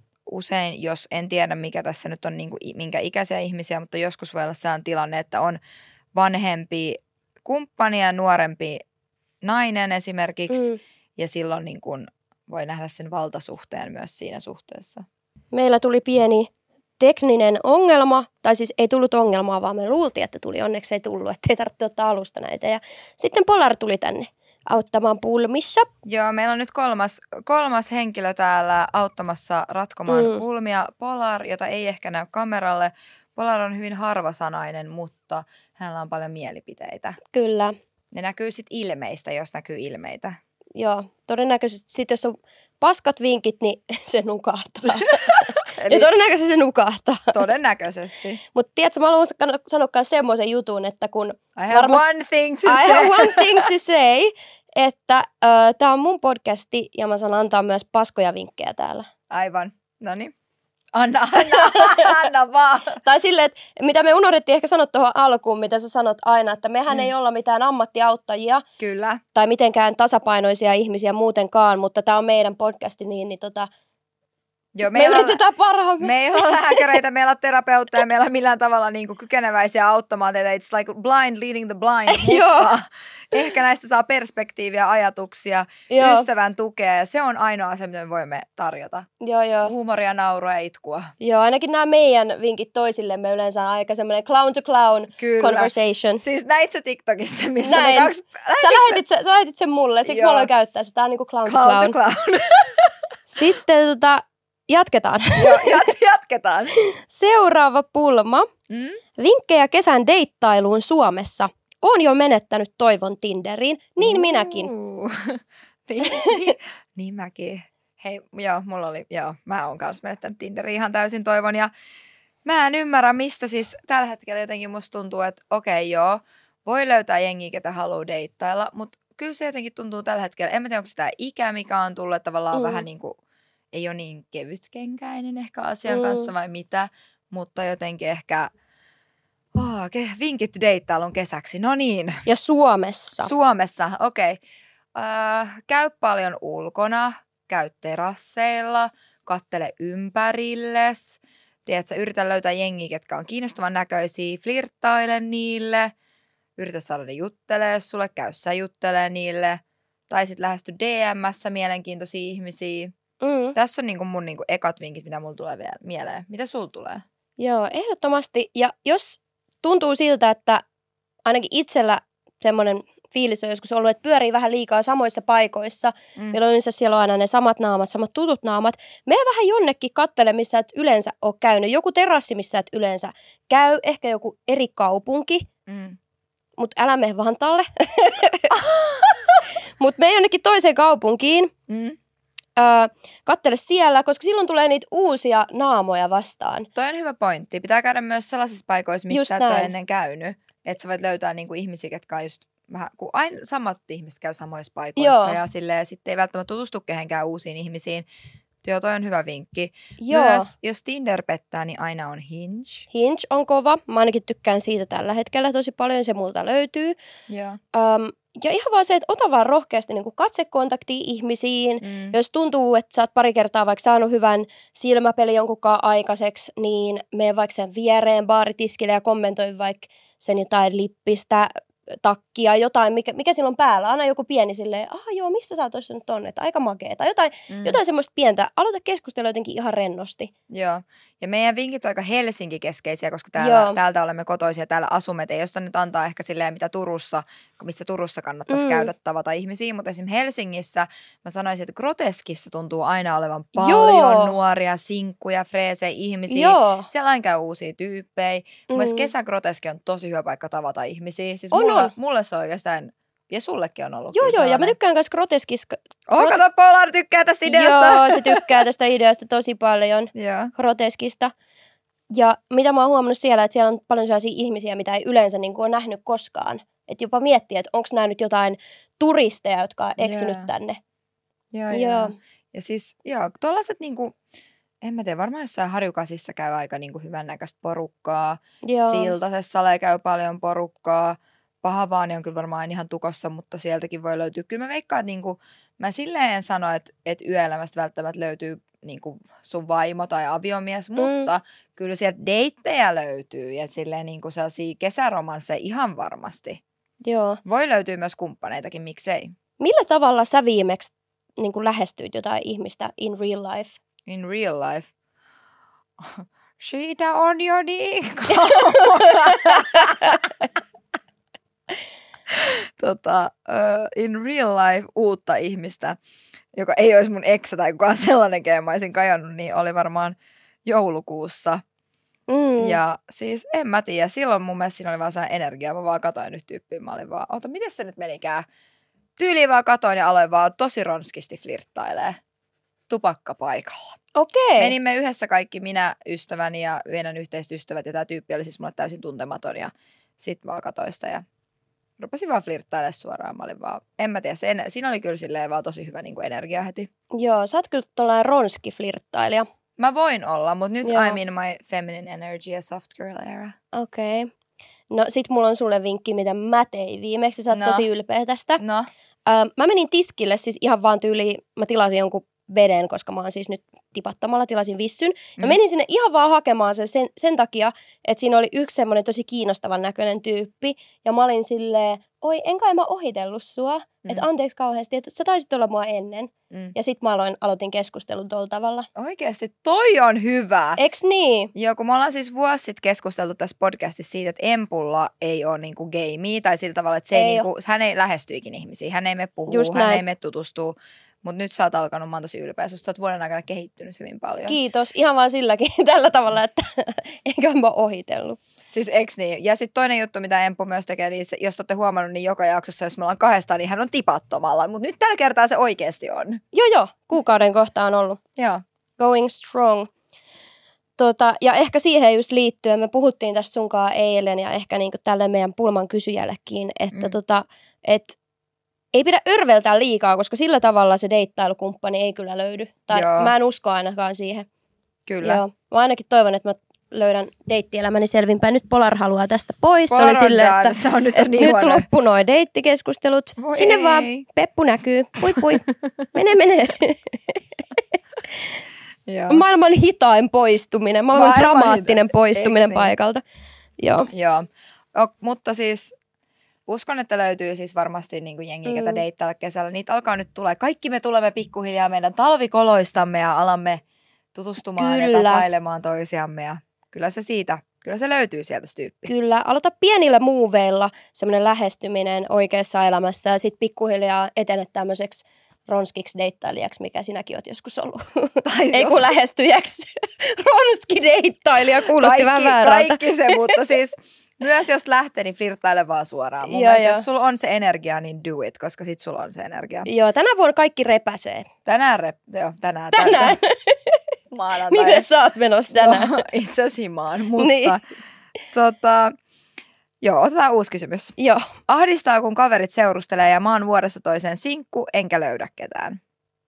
usein, jos en tiedä mikä tässä nyt on, niin kuin, minkä ikäisiä ihmisiä, mutta joskus voi olla sellainen tilanne, että on vanhempi kumppani ja nuorempi nainen esimerkiksi, mm. ja silloin niin kun voi nähdä sen valtasuhteen myös siinä suhteessa. Meillä tuli pieni tekninen ongelma, tai siis ei tullut ongelmaa, vaan me luultiin, että tuli. Onneksi ei tullut, ettei tarvitse ottaa alusta näitä. Ja sitten Polar tuli tänne auttamaan pulmissa. Joo, meillä on nyt kolmas, kolmas henkilö täällä auttamassa ratkomaan mm. pulmia. Polar, jota ei ehkä näy kameralle. Polar on hyvin harvasanainen, mutta hänellä on paljon mielipiteitä. Kyllä. Ne näkyy sitten ilmeistä, jos näkyy ilmeitä. Joo, todennäköisesti sitten jos on paskat vinkit, niin se nukahtaa. Eli ja todennäköisesti se nukahtaa. Todennäköisesti. Mutta tiedätkö, mä haluan sanoa myös semmoisen jutun, että kun... I have varmasti, one thing to I say. I have one thing to say, että uh, tämä on mun podcasti ja mä saan antaa myös paskoja vinkkejä täällä. Aivan. No niin. Anna, anna, anna vaan. Tai silleen, että mitä me unohdettiin ehkä sanoa tuohon alkuun, mitä sä sanot aina, että mehän mm. ei olla mitään ammattiauttajia. Kyllä. Tai mitenkään tasapainoisia ihmisiä muutenkaan, mutta tämä on meidän podcasti, niin, niin tota, Joo, me yritetään parhaamme. Me ei ole lääkäreitä, me ei ole terapeutteja, me ei ole millään tavalla niin kuin kykeneväisiä auttamaan teitä. It's like blind leading the blind, mutta ehkä näistä saa perspektiiviä, ajatuksia, joo. ystävän tukea. Ja se on ainoa asia, mitä me voimme tarjota. Joo, joo. Huumoria, naurua ja itkua. Joo, ainakin nämä meidän vinkit toisillemme yleensä on aika semmoinen clown to clown Kyllä. conversation. Siis näit sä TikTokissa, missä Näin. ne kaksi... Sä lähetit, se, sä lähetit sen mulle, siksi joo. mä aloin käyttää sitä. Tää on niinku clown, clown to clown. To clown. Sitten tota... Jatketaan. Joo, jat- jatketaan. Seuraava pulma. Mm? Vinkkejä kesän deittailuun Suomessa. Oon jo menettänyt toivon Tinderiin, niin uh. minäkin. niin, niin, niin mäkin. Hei, joo, mulla oli, joo, mä oon kanssa menettänyt Tinderiin ihan täysin toivon. Ja mä en ymmärrä, mistä siis tällä hetkellä jotenkin musta tuntuu, että okei, okay, joo, voi löytää jengiä, ketä haluaa deittailla, mutta kyllä se jotenkin tuntuu tällä hetkellä. En mä tiedä, onko sitä ikä, mikä on tullut, tavallaan mm. vähän niin kuin ei ole niin kevytkenkäinen ehkä asian mm. kanssa vai mitä, mutta jotenkin ehkä oh, vinkit deittailun kesäksi. No niin. Ja Suomessa. Suomessa, okei. Okay. Äh, käy paljon ulkona, käy terasseilla, kattele ympärilles. Tiedätkö, yritä löytää jengiä, ketkä on kiinnostavan näköisiä, flirttaile niille, yritä saada ne juttelee sulle, käy sä juttelee niille. Tai sitten lähesty D M:ssä mielenkiintoisia ihmisiä. Mm. Tässä on niinku mun niinku ekat vinkit, mitä mulla tulee vielä mieleen. Mitä sulla tulee? Joo, ehdottomasti. Ja jos tuntuu siltä, että ainakin itsellä semmoinen fiilis on joskus ollut, että pyörii vähän liikaa samoissa paikoissa, mm. milloin yleensä siellä on aina ne samat naamat, samat tutut naamat. Mene vähän jonnekin katsele, missä et yleensä ole käynyt. Joku terassi, missä et yleensä käy. Ehkä joku eri kaupunki. Mm. Mutta älä mene Vantaalle. Mutta mene jonnekin toiseen kaupunkiin. Mm. Öö, kattele siellä, koska silloin tulee niitä uusia naamoja vastaan. Toi on hyvä pointti. Pitää käydä myös sellaisissa paikoissa, missä et ole ennen käynyt. Että sä voit löytää niinku ihmisiä, jotka on just vähän, kun aina samat ihmiset käy samoissa paikoissa. Joo. Ja silleen, sitten ei välttämättä tutustu kehenkään uusiin ihmisiin. Joo, toi on hyvä vinkki. Joo. Myös jos Tinder pettää, niin aina on Hinge. Hinge on kova. Mä ainakin tykkään siitä tällä hetkellä tosi paljon. Se multa löytyy. Joo. Um, Ja ihan vaan se, että ota vaan rohkeasti niin katsekontaktia ihmisiin. Mm. Jos tuntuu, että sä oot pari kertaa vaikka saanut hyvän silmäpeli jonkunkaan aikaiseksi, niin mene vaikka sen viereen baaritiskille ja kommentoi vaikka sen jotain lippistä, takkia, jotain, mikä, mikä sillä on päällä. Anna joku pieni silleen, ah joo, mistä sä oot ostanut tonne, että aika makea. Tai jotain, mm. jotain semmoista pientä. Aloita keskustella jotenkin ihan rennosti. Joo. Ja meidän vinkit on aika Helsinki-keskeisiä, koska täällä, täältä olemme kotoisia, täällä asumme. Et ei josta nyt antaa ehkä silleen, mitä Turussa, missä Turussa kannattaisi mm. käydä tavata ihmisiä. Mutta esimerkiksi Helsingissä mä sanoisin, että Groteskissa tuntuu aina olevan paljon joo. nuoria, sinkkuja, freesejä ihmisiä. Joo. Siellä aina käy uusia tyyppejä. Mm. Mun kesän Groteski on tosi hyvä paikka tavata ihmisiä. Siis on, mulla, on. mulle se on oikeastaan, ja sullekin on ollut. Joo, joo, ja mä tykkään myös Groteskissa. Oh, kato, Polar tykkää tästä ideasta. Joo, se tykkää tästä ideasta tosi paljon. Joo. Groteskista. Ja mitä mä oon huomannut siellä, että siellä on paljon sellaisia ihmisiä, mitä ei yleensä niin kuin ole nähnyt koskaan. Että jopa miettii, että onko nämä nyt jotain turisteja, jotka on eksynyt yeah. tänne. Joo, joo. joo. Ja siis, joo, tuollaiset niinku, en mä tiedä, varmaan jossain Harjukasissa käy aika niinku hyvännäköistä porukkaa. Joo. Siltasessa käy paljon porukkaa. Pahavaani on kyllä varmaan ihan tukossa, mutta sieltäkin voi löytyä. Kyllä mä veikkaan, että niinku, mä silleen en sano, että, että yöelämästä välttämättä löytyy niinku sun vaimo tai aviomies, mm. mutta kyllä sieltä deittejä löytyy ja silleen niinku sellaisia kesäromansseja ihan varmasti. Joo. Voi löytyä myös kumppaneitakin, miksei. Millä tavalla sä viimeksi niin kuin lähestyit jotain ihmistä in real life? In real life? Siitä on jo niin tota, uh, in real life uutta ihmistä, joka ei olisi mun eksä tai kukaan sellainen, kenen mä olisin kajonnut, niin oli varmaan joulukuussa. Mm. Ja siis en mä tiedä, silloin mun mielestä siinä oli vaan sellainen energia, mä vaan katoin nyt tyyppiä, mä olin vaan, ota, miten se nyt menikään? Tyyliin vaan katoin ja aloin vaan tosi ronskisti flirttailee tupakkapaikalla. Okei. Menimme yhdessä kaikki, minä, ystäväni ja meidän yhteiset ystävät, ja tämä tyyppi oli siis mulle täysin tuntematon, ja sit vaan katoin sitä ja rupesin vaan flirttailemaan suoraan. Mä olin vaan, en mä tiedä, sen, siinä oli kyllä silleen vaan tosi hyvä niin kuin energia heti. Joo, sä oot kyllä tollainen ronski flirttailija. Mä voin olla, mutta nyt Joo. I'm in my feminine energy ja soft girl era. Okei. Okay. No sit mulla on sulle vinkki, mitä mä tein viimeksi. Sä oot No. tosi ylpeä tästä. No. Ö, mä menin tiskille siis ihan vaan tyyliin, mä tilasin jonkun veden, koska mä oon siis nyt tipattomalla, tilasin vissyn. Ja Mm. menin sinne ihan vaan hakemaan sen, sen, sen takia, että siinä oli yksi semmoinen tosi kiinnostavan näköinen tyyppi. Ja mä olin silleen, oi, en kai mä ohitellut sua. Mm. Että anteeksi kauheasti, että sä taisit olla mua ennen. Mm. Ja sit mä aloin, aloitin keskustelun tuolla tavalla. Oikeesti, toi on hyvä. Eks niin? Joo, kun me ollaan siis vuosi sitten keskusteltu tässä podcastissa siitä, että Empulla ei ole niinku gamea tai sillä tavalla, että se ei Ei niinku, hän ei lähestyikin ihmisiä. Hän ei mene puhua, Just hän näin. ei mene tutustua. Mutta nyt sä oot alkanut, mä oon tosi ylpeä. Susta sä oot vuoden aikana kehittynyt hyvin paljon. Kiitos. Ihan vaan silläkin tällä tavalla, että enkä mä ohitellut. Siis eks niin? Ja sitten toinen juttu, mitä Empu myös tekee, niin se, jos olette huomannut, niin joka jaksossa, jos me ollaan kahdestaan, niin hän on tipattomalla. Mutta nyt tällä kertaa se oikeasti on. Joo joo, kuukauden kohta on ollut. Joo. Going strong. Tota, ja ehkä siihen just liittyen, me puhuttiin tässä sunkaan eilen ja ehkä niinku tälle meidän pulman kysyjällekin, että Mm. tota, et ei pidä örveltää liikaa, koska sillä tavalla se deittailukumppani ei kyllä löydy. Tai Joo. mä en usko ainakaan siihen. Kyllä. Joo. Mä ainakin toivon, että mä löydän deittielämäni selvinpäin. Nyt Polar haluaa tästä pois. Se oli Polar on silleen, done. että, Se on nyt että on niin nyt huono. loppu noi deittikeskustelut. Voi Sinne ei. vaan Peppu näkyy. Pui pui. Mene mene. Joo. Maailman hitain poistuminen. Maailman, Maailman dramaattinen hita- poistuminen Eiks niin? paikalta. Joo. Joo. O, mutta siis uskon, että löytyy siis varmasti niin kuin jengiä, ketä Mm. deittailla kesällä. Niitä alkaa nyt tulee. Kaikki me tulemme pikkuhiljaa meidän talvikoloistamme ja alamme tutustumaan Kyllä. ja tapailemaan toisiamme. Ja kyllä se siitä, kyllä se löytyy sieltä se tyyppi. Kyllä. Aloita pienillä muuveilla semmoinen lähestyminen oikeassa elämässä ja sitten pikkuhiljaa etene tämmöiseksi ronskiksi deittailijaksi, mikä sinäkin oot joskus ollut. Tai Ei jos- kun lähestyjäksi. Ronski deittailija kuulosti vähän väärältä. Kaikki se, mutta siis myös jos lähtee, niin flirttaile vaan suoraan. Mun Joo, mielestä, joo. jos sulla on se energia, niin do it, koska sit sulla on se energia. Joo, tänä vuonna kaikki repäsee. Tänään, rep, joo, tänään. Tänään. Maanantai. Minne sä oot menossa tänään? No, itse asiassa himaan, mutta Niin. tota, joo, otetaan uusi kysymys. Joo. Ahdistaa, kun kaverit seurustelee ja mä oon vuodesta toiseen sinkku, enkä löydä ketään.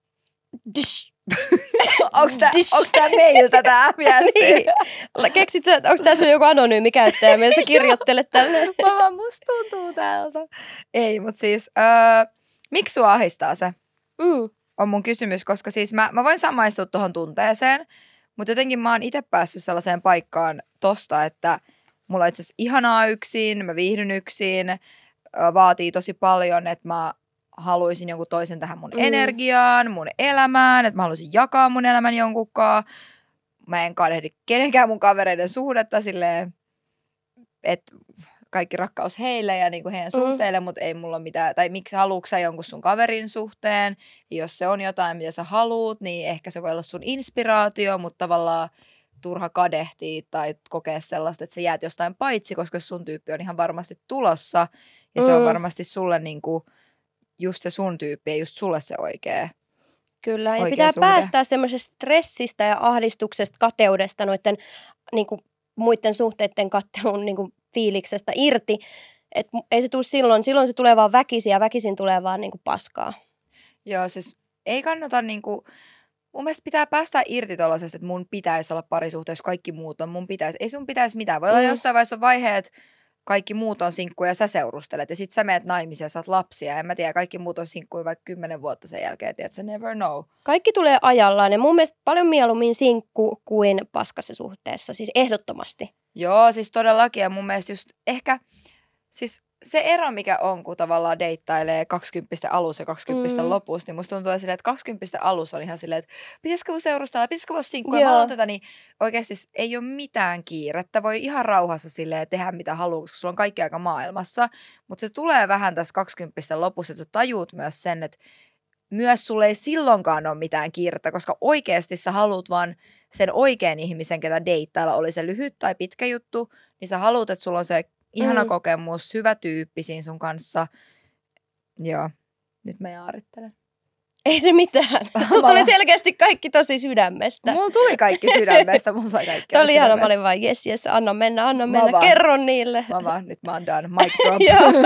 Dysh. Onks tää, Dysh. onks tää meiltä tää viesti? Niin. Keksit sä, onko tässä joku anonyymi käyttäjä, millä sä kirjoittelet tälleen? Mä vaan, musta tuntuu täältä. Ei, mut siis, öö, miksi sua ahdistaa se? Mm. On mun kysymys, koska siis mä, mä voin samaistua tuohon tunteeseen, mutta jotenkin mä oon itse päässyt sellaiseen paikkaan tosta, että mulla on itse asiassa ihanaa yksin, mä viihdyn yksin, ö, vaatii tosi paljon, että mä haluaisin jonkun toisen tähän mun Mm. energiaan, mun elämään, että mä haluaisin jakaa mun elämän jonkunkaan. Mä en kadehdi kenenkään mun kavereiden suhdetta silleen, että kaikki rakkaus heille ja niinku heidän Mm. suhteille, mutta ei mulla mitään, tai miksi haluatko sä jonkun sun kaverin suhteen, ja jos se on jotain, mitä sä haluut, niin ehkä se voi olla sun inspiraatio, mutta tavallaan turha kadehtia tai kokea sellaista, että sä jäät jostain paitsi, koska sun tyyppi on ihan varmasti tulossa, ja se on Mm. varmasti sulle niinku just se sun tyyppi ja just sulle se oikea. Kyllä, ja Oikea pitää suhde. päästää semmoisesta stressistä ja ahdistuksesta, kateudesta, noiden niinku, muiden suhteiden kattelun niinku, fiiliksestä irti. Et mu- ei se tule silloin, silloin se tulee vaan väkisin ja väkisin tulee vaan niinku, paskaa. Joo, siis ei kannata niinku, mun mielestä pitää päästä irti tuollaisesta, että mun pitäisi olla parisuhteessa, kaikki muut on, mun pitäisi, ei sun pitäisi mitään. Voi olla Mm. jossain vaiheessa on vaiheet, kaikki muut on sinkkuja ja sä seurustelet ja sit sä meet naimisiin ja saat lapsia. En mä tiedä, kaikki muut on sinkkuja vaikka kymmenen vuotta sen jälkeen, tiedät sä never know. Kaikki tulee ajallaan ja mun mielestä paljon mieluummin sinkku kuin paskassa suhteessa, siis ehdottomasti. Joo, siis todellakin ja mun mielestä just ehkä, siis se ero mikä on, kun tavallaan deittailee kaksikymppisten alussa ja kaksikymppisten Mm. lopussa, niin musta tuntuu silleen, että kaksikymppisten alussa on ihan silleen, että pitäisikö mun seurustella, pitäisikö olla sinkkuja, mä Joo. haluan tätä, niin oikeasti ei ole mitään kiirettä, voi ihan rauhassa silleen tehdä mitä haluaa, koska sulla on kaikki aika maailmassa, mutta se tulee vähän tässä kaksikymppisten lopussa, että sä tajuut myös sen, että myös sulle ei silloinkaan ole mitään kiirettä, koska oikeasti sä haluat vaan sen oikean ihmisen, ketä deittailla, oli se lyhyt tai pitkä juttu, niin sä haluat, että sulla on se ihana Mm. kokemus, hyvä tyyppi siinä sun kanssa. Joo, nyt mä jaarittelen. Ei se mitään. Sulla tuli selkeästi kaikki tosi sydämestä. Mulla tuli kaikki sydämestä, mulla sai kaikki Tämä oli ihana, mä sydämestä. olin vaan jes, jes, anna mennä, anna Mä mennä, vaan. kerron niille. Mä vaan, nyt mä oon done, mic drop. Joo.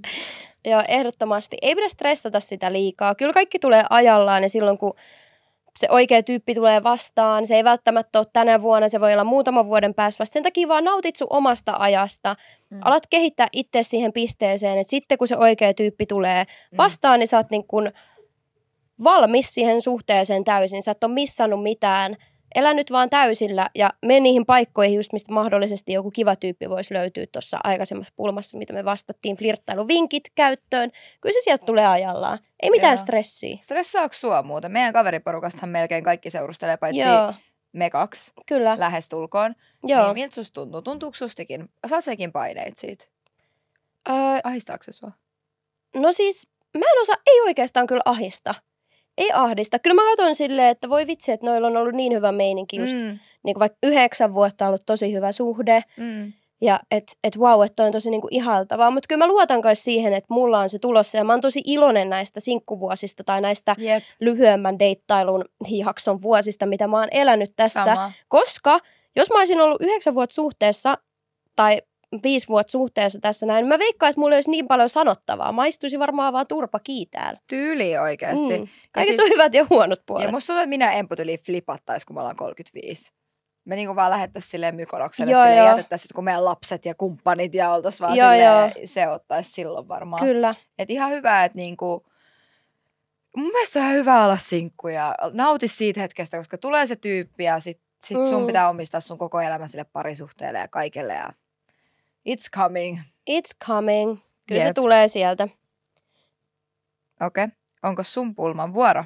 Joo, ehdottomasti. Ei pidä stressata sitä liikaa. Kyllä kaikki tulee ajallaan ja silloin kun se oikea tyyppi tulee vastaan. Se ei välttämättä ole tänä vuonna, se voi olla muutaman vuoden päästä vasta. Sen takia vaan nautit sun omasta ajasta. Mm. Alat kehittää itse siihen pisteeseen, että sitten kun se oikea tyyppi tulee vastaan, mm. niin sä oot niin kun valmis siihen suhteeseen täysin. Sä et ole missannut mitään. Elä nyt vaan täysillä ja mene niihin paikkoihin, just mistä mahdollisesti joku kiva tyyppi voisi löytyä tuossa aikaisemmassa pulmassa, mitä me vastattiin, flirttailuvinkit käyttöön. Kyllä se sieltä tulee ajallaan. Ei mitään Joo. stressiä. Stressaako sua muuten? Meidän kaveriporukastahan melkein kaikki seurustelee, paitsi Joo. me kaksi. Kyllä. Lähestulkoon. Joo. Niin miltä susta tuntuu? Tuntuuko sustakin? Saa sekin paineita siitä? Öö, Ahistaako se sua? No siis, mä en osaa, ei oikeastaan kyllä ahista. Ei ahdista. Kyllä mä katson silleen, että voi vitsi, että noilla on ollut niin hyvä meininki just mm. niin kuin vaikka yhdeksän vuotta ollut tosi hyvä suhde. Mm. Ja että et vau, että toi on tosi niin kuin ihaltavaa. Mutta kyllä mä luotan kai siihen, että mulla on se tulossa. Ja mä oon tosi iloinen näistä sinkkuvuosista tai näistä Jep. lyhyemmän deittailun jakson vuosista, mitä mä oon elänyt tässä. Sama. Koska jos mä olisin ollut yhdeksän vuotta suhteessa tai viisi vuotta suhteessa tässä näin, niin mä veikkaan, että mulla olisi niin paljon sanottavaa. Mä istuisin varmaan vaan turpa kiitäällä. Tyyli oikeasti. Mm. Kaikessa siis on hyvät ja huonot puolet. Ja musta tuntuu, että minä empotyliin flipattaisi, kun me ollaan kolmekymmentäviisi. Me niinku vaan lähettäisiin silleen mykolokselle, joo, silleen joo. jätettäisiin kun meidän lapset ja kumppanit ja oltaisiin vaan joo, silleen, joo. se ottaisi silloin varmaan. Kyllä. Että ihan hyvä, että niinku, mun mielestä on ihan hyvä olla sinkku ja nauti siitä hetkestä, koska tulee se tyyppi ja sit, sit sun mm. pitää omistaa sun koko elämä sille parisuhteelle ja kaikelle ja it's coming. It's coming. Kyllä Jep. se tulee sieltä. Okei. Okay. Onko sun pulman vuoro?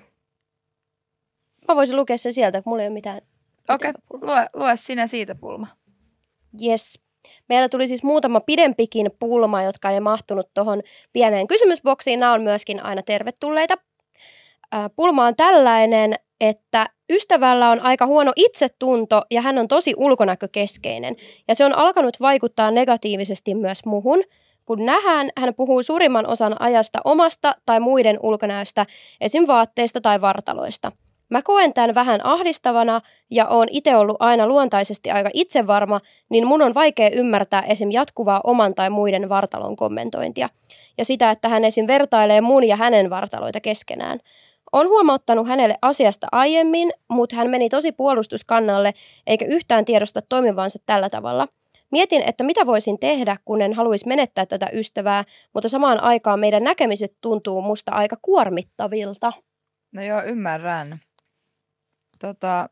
Mä voisin lukea sen sieltä, kun mulla ei ole mitään. Okei. Okay. Lue, lue sinä siitä pulma. Yes. Meillä tuli siis muutama pidempikin pulma, jotka ei mahtunut tuohon pieneen kysymysboksiin. Nämä on myöskin aina tervetulleita. Äh, pulma on tällainen, että ystävällä on aika huono itsetunto ja hän on tosi ulkonäkökeskeinen. Ja se on alkanut vaikuttaa negatiivisesti myös muhun. Kun nähdään, hän puhuu suurimman osan ajasta omasta tai muiden ulkonäöstä, esim. Vaatteista tai vartaloista. Mä koen tämän vähän ahdistavana ja oon itse ollut aina luontaisesti aika itsevarma, niin mun on vaikea ymmärtää esim. Jatkuvaa oman tai muiden vartalon kommentointia. Ja sitä, että hän esim. Vertailee mun ja hänen vartaloita keskenään. Olen huomauttanut hänelle asiasta aiemmin, mutta hän meni tosi puolustuskannalle eikä yhtään tiedosta toimivansa tällä tavalla. Mietin, että mitä voisin tehdä, kun en haluaisi menettää tätä ystävää, mutta samaan aikaan meidän näkemiset tuntuu musta aika kuormittavilta. No joo, ymmärrän. Tota,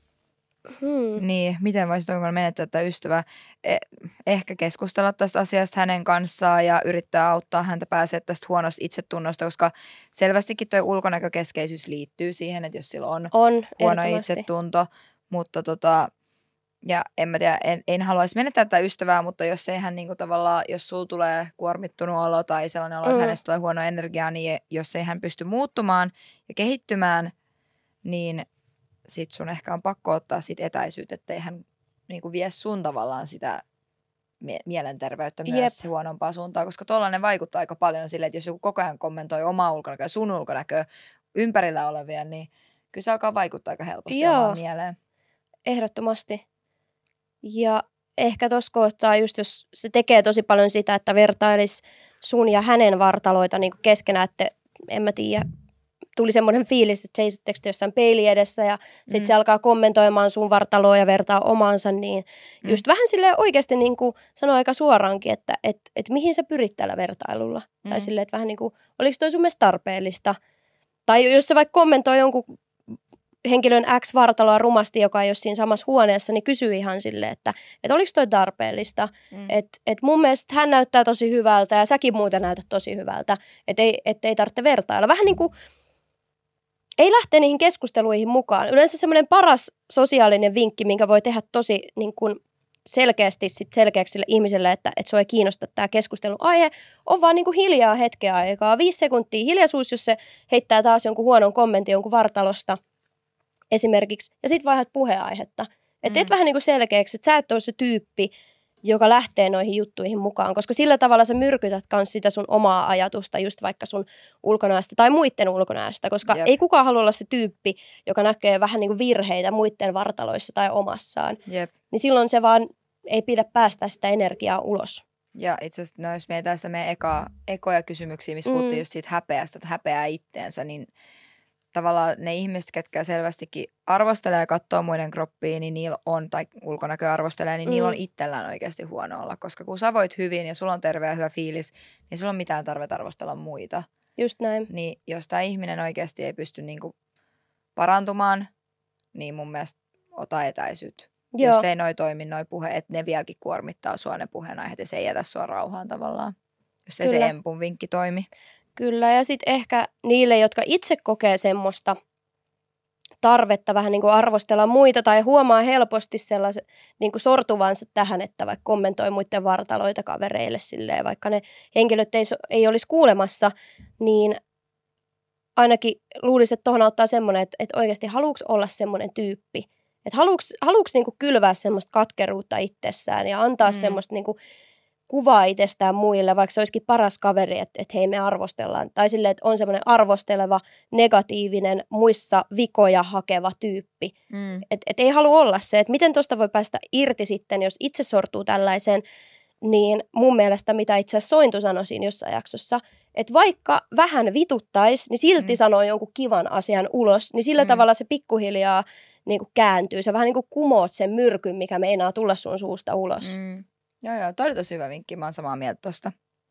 hmm. niin, miten voisi toivon menettää tätä ystävää? Eh- ehkä keskustella tästä asiasta hänen kanssaan ja yrittää auttaa häntä pääsee tästä huonosta itsetunnosta, koska selvästikin tuo ulkonäkökeskeisyys liittyy siihen, että jos sillä on, on huono itsetunto, mutta tota, ja en mä tiedä, en, en haluaisi menettää tätä ystävää, mutta jos ei hän niinku tavallaan, jos sulla tulee kuormittunut olo tai sellainen olo, että mm. hänestä tulee huono energiaa, niin jos ei hän pysty muuttumaan ja kehittymään, niin sit sun ehkä on pakko ottaa sit etäisyyttä, ettei hän niinku vie sun tavallaan sitä mie- mielenterveyttä myös Jep. huonompaa suuntaan, koska tollainen vaikuttaa aika paljon silleen, että jos joku koko ajan kommentoi omaa ulkonäköä, sun ulkonäköä ympärillä olevia, niin kyllä se alkaa vaikuttaa aika helposti Joo. omaan mieleen. Ehdottomasti. Ja ehkä tuossa kohtaa just, jos se tekee tosi paljon sitä, että vertailisi sun ja hänen vartaloita niin keskenään, että en mä tiedä, tuli semmoinen fiilis, että seisotteko te jossain peili edessä ja sitten mm. se alkaa kommentoimaan sun vartaloa ja vertaa omansa, niin mm. just vähän silleen oikeasti niin kuin sanoo aika suoraankin, että et, et mihin sä pyrit tällä vertailulla. Mm. Tai silleen, että vähän niin kuin, oliko toi sun mielestä tarpeellista? Tai jos se vaikka kommentoi jonkun henkilön X-vartaloa rumasti, joka ei ole siinä samassa huoneessa, niin kysyy ihan silleen, että, että oliko toi tarpeellista. Mm. Että et mun mielestä hän näyttää tosi hyvältä ja säkin muuten näytät tosi hyvältä. Että ei, et ei tarvitse vertailla. Vähän niin kuin ei lähteä niihin keskusteluihin mukaan. Yleensä semmoinen paras sosiaalinen vinkki, minkä voi tehdä tosi niin kuin selkeästi sit selkeäksi sille ihmiselle, että, että se ei kiinnosta tämä keskustelun aihe, on vaan niin kuin hiljaa hetken aikaa. Viisi sekuntia hiljaisuus, jos se heittää taas jonkun huonon kommentin jonkun vartalosta esimerkiksi, ja sitten vaihdat puheenaihetta. Että teet mm. vähän niin kuin selkeäksi, että sä et ole se tyyppi, joka lähtee noihin juttuihin mukaan, koska sillä tavalla sä myrkytät myös sitä sun omaa ajatusta, just vaikka sun ulkonäöstä tai muiden ulkonäöstä, koska Jep. ei kukaan halua olla se tyyppi, joka näkee vähän niin kuin virheitä muiden vartaloissa tai omassaan. Jep. Niin silloin se vaan ei pidä päästä sitä energiaa ulos. Ja itse asiassa, no jos mietitään sitä meidän eka, ekoja kysymyksiä, missä mm. puhuttiin just siitä häpeästä, että häpeää itteensä, niin tavallaan ne ihmiset, ketkä selvästikin arvostelee ja katsoo muiden kroppia, niin niillä on, tai ulkonäköä arvostelee, niin mm. niillä on itsellään oikeasti huono olla. Koska kun sä voit hyvin ja sulla on terve ja hyvä fiilis, niin sulla on mitään tarvetta arvostella muita. Just näin. Niin jos tämä ihminen oikeasti ei pysty niinku parantumaan, niin mun mielestä ota etäisyyttä. Joo. Jos ei noi toimi noi puhe, että ne vieläkin kuormittaa sua ne puheenaiheet ja se ei jätä sua rauhaan tavallaan. Jos ei se empun vinkki toimi. Kyllä, ja sitten ehkä niille, jotka itse kokee semmoista tarvetta vähän niin kuin arvostella muita tai huomaa helposti sellaisen niin kuin sortuvansa tähän, että vaikka kommentoi muiden vartaloita kavereille silleen, vaikka ne henkilöt ei, ei olisi kuulemassa, niin ainakin luulisi, että tuohon auttaa semmoinen, että, että oikeasti haluuks olla semmoinen tyyppi, että haluuks, haluuks niin kuin kylvää semmoista katkeruutta itsessään ja antaa mm. semmoista niin kuin kuvaa itsestään muille, vaikka se olisikin paras kaveri, että, että hei me arvostellaan. Tai silleen, että on semmoinen arvosteleva, negatiivinen, muissa vikoja hakeva tyyppi. Mm. Että et ei halua olla se, että miten tuosta voi päästä irti sitten, jos itse sortuu tällaiseen, niin mun mielestä, mitä itse asiassa Sointu sanoi siinä jossain jaksossa, että vaikka vähän vituttaisi, niin silti mm. sanoo jonkun kivan asian ulos, niin sillä mm. tavalla se pikkuhiljaa niin kuin kääntyy. Sä vähän niin kuin kumoot sen myrkyn, mikä meinaa tulla sun suusta ulos. Mm. Joo, joo. Toi oli tosi hyvä vinkki. Mä oon samaa mieltä tosta.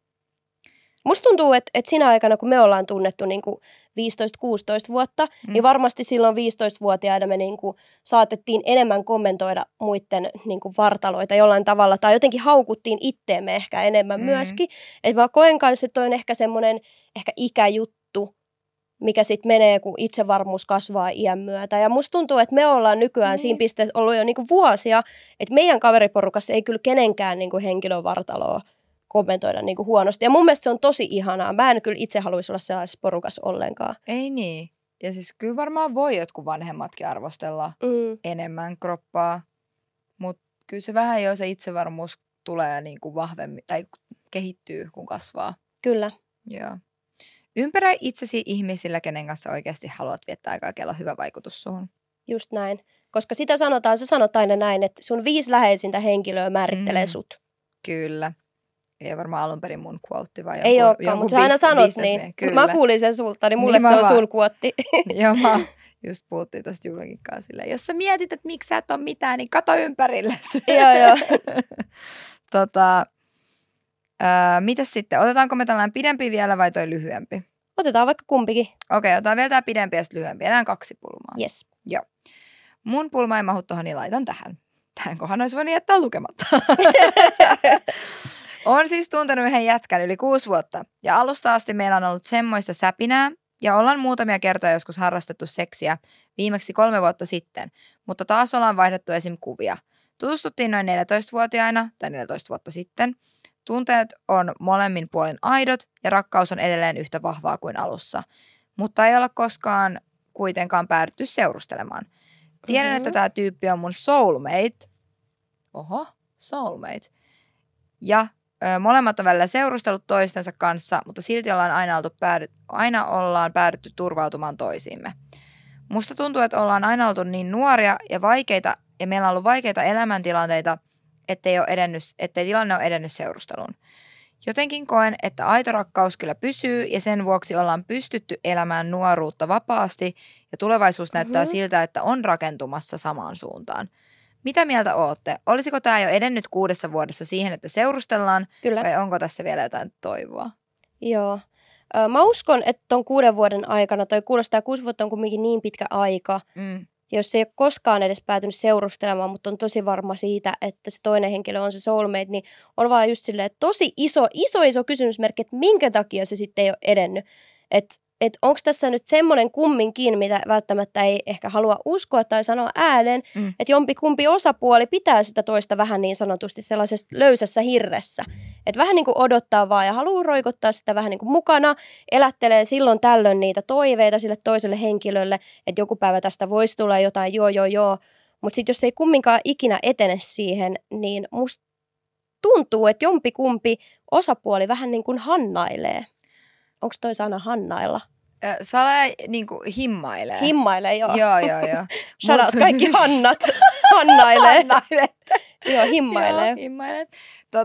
Musta tuntuu, että, että siinä aikana, kun me ollaan tunnettu niin kuin viisitoista kuusitoista vuotta, mm. niin varmasti silloin viisitoistavuotiaana me niin kuin saatettiin enemmän kommentoida muiden niin kuin vartaloita jollain tavalla, tai jotenkin haukuttiin itteemme ehkä enemmän mm. myöskin. Että mä koen kanssa, että toi on ehkä semmoinen ehkä ikäjuttu, mikä sitten menee, kun itsevarmuus kasvaa iän myötä. Ja musta tuntuu, että me ollaan nykyään mm. siinä pisteessä ollut jo niinku vuosia, että meidän kaveriporukassa ei kyllä kenenkään niinku henkilövartaloa kommentoida niinku huonosti. Ja mun mielestä se on tosi ihanaa. Mä en kyllä itse haluaisi olla sellaisessa porukassa ollenkaan. Ei niin. Ja siis kyllä varmaan voi jotkut vanhemmatkin arvostella mm. enemmän kroppaa, mutta kyllä se vähän jo se itsevarmuus tulee niinku vahvemmin, tai kehittyy, kun kasvaa. Kyllä. Joo. Ympäröi itsesi ihmisillä, kenen kanssa oikeasti haluat viettää aikaa, kello on hyvä vaikutus suhun. Just näin. Koska sitä sanotaan, sä sanot aina näin, että sun viisi läheisintä henkilöä määrittelee mm. sut. Kyllä. Ei varmaan alun perin mun quote, vai ei olekaan, mutta sä aina sanot niin. Kyllä. Mä kuulin sen sulta, niin mulle niin se on vaan sun quote. Joo, mä just puhuttiin tosta Julikin kanssa silleen, jos sä mietit, että miksi sä et ole mitään, niin kato ympärillesi. Joo, joo. tota... Öö, mitäs sitten? Otetaanko me tällainen pidempi vielä vai toi lyhyempi? Otetaan vaikka kumpikin. Okei, okay, otetaan vielä tämä pidempi ja sitten lyhyempi. Enää kaksi pulmaa. Yes. Joo. Mun pulma ei mahu tohon, niin laitan tähän. Tähänkohan olisi voinut jättää lukematta. On siis tuntenut yhden jätkän yli kuusi vuotta. Ja alusta asti meillä on ollut semmoista säpinää. Ja ollaan muutamia kertoja joskus harrastettu seksiä. Viimeksi kolme vuotta sitten. Mutta taas ollaan vaihdettu esim. Kuvia. Tutustuttiin noin neljätoistavuotiaina tai neljätoista vuotta sitten. Tunteet on molemmin puolin aidot ja rakkaus on edelleen yhtä vahvaa kuin alussa, mutta ei olla koskaan kuitenkaan päädytty seurustelemaan. Tiedän, mm-hmm. että tämä tyyppi on mun soulmate. Oho, soulmate. Ja ö, molemmat on välillä seurustellut toistensa kanssa, mutta silti ollaan aina, oltu päädy, aina ollaan päädytty turvautumaan toisiimme. Musta tuntuu, että ollaan aina oltu niin nuoria ja vaikeita, ja meillä on ollut vaikeita elämäntilanteita, ettei, ole edennyt, ettei tilanne ole edennyt seurusteluun. Jotenkin koen, että aito rakkaus kyllä pysyy ja sen vuoksi ollaan pystytty elämään nuoruutta vapaasti ja tulevaisuus näyttää mm-hmm. siltä, että on rakentumassa samaan suuntaan. Mitä mieltä ootte? Olisiko tämä jo edennyt kuudessa vuodessa siihen, että seurustellaan kyllä. vai onko tässä vielä jotain toivoa? Joo. Mä uskon, että ton kuuden vuoden aikana, toi kuulostaa kuusi vuotta on kuitenkin niin pitkä aika, mm. jos ei ole koskaan edes päätynyt seurustelemaan, mutta on tosi varma siitä, että se toinen henkilö on se soulmate, niin on vaan just silleen, että tosi iso, iso, iso kysymysmerkki, että minkä takia se sitten ei ole edennyt. Että et onko tässä nyt semmoinen kumminkin, mitä välttämättä ei ehkä halua uskoa tai sanoa ääneen, mm. että jompikumpi osapuoli pitää sitä toista vähän niin sanotusti sellaisessa löysässä hirressä. Että vähän niin kuin odottaa vaan ja haluaa roikottaa sitä vähän niin kuin mukana, elättelee silloin tällöin niitä toiveita sille toiselle henkilölle, että joku päivä tästä voisi tulla jotain joo joo joo. Mutta sitten jos ei kumminkaan ikinä etene siihen, niin musta tuntuu, että jompikumpi osapuoli vähän niin kuin hannailee. Onko toi sana hannailla? Sale niinku himmailee. Himmailee, joo. Joo, joo, joo. Shout out kaikki hannat. Hannailee. Hannailee. Joo, himmailee. Joo, himmailee. Tota,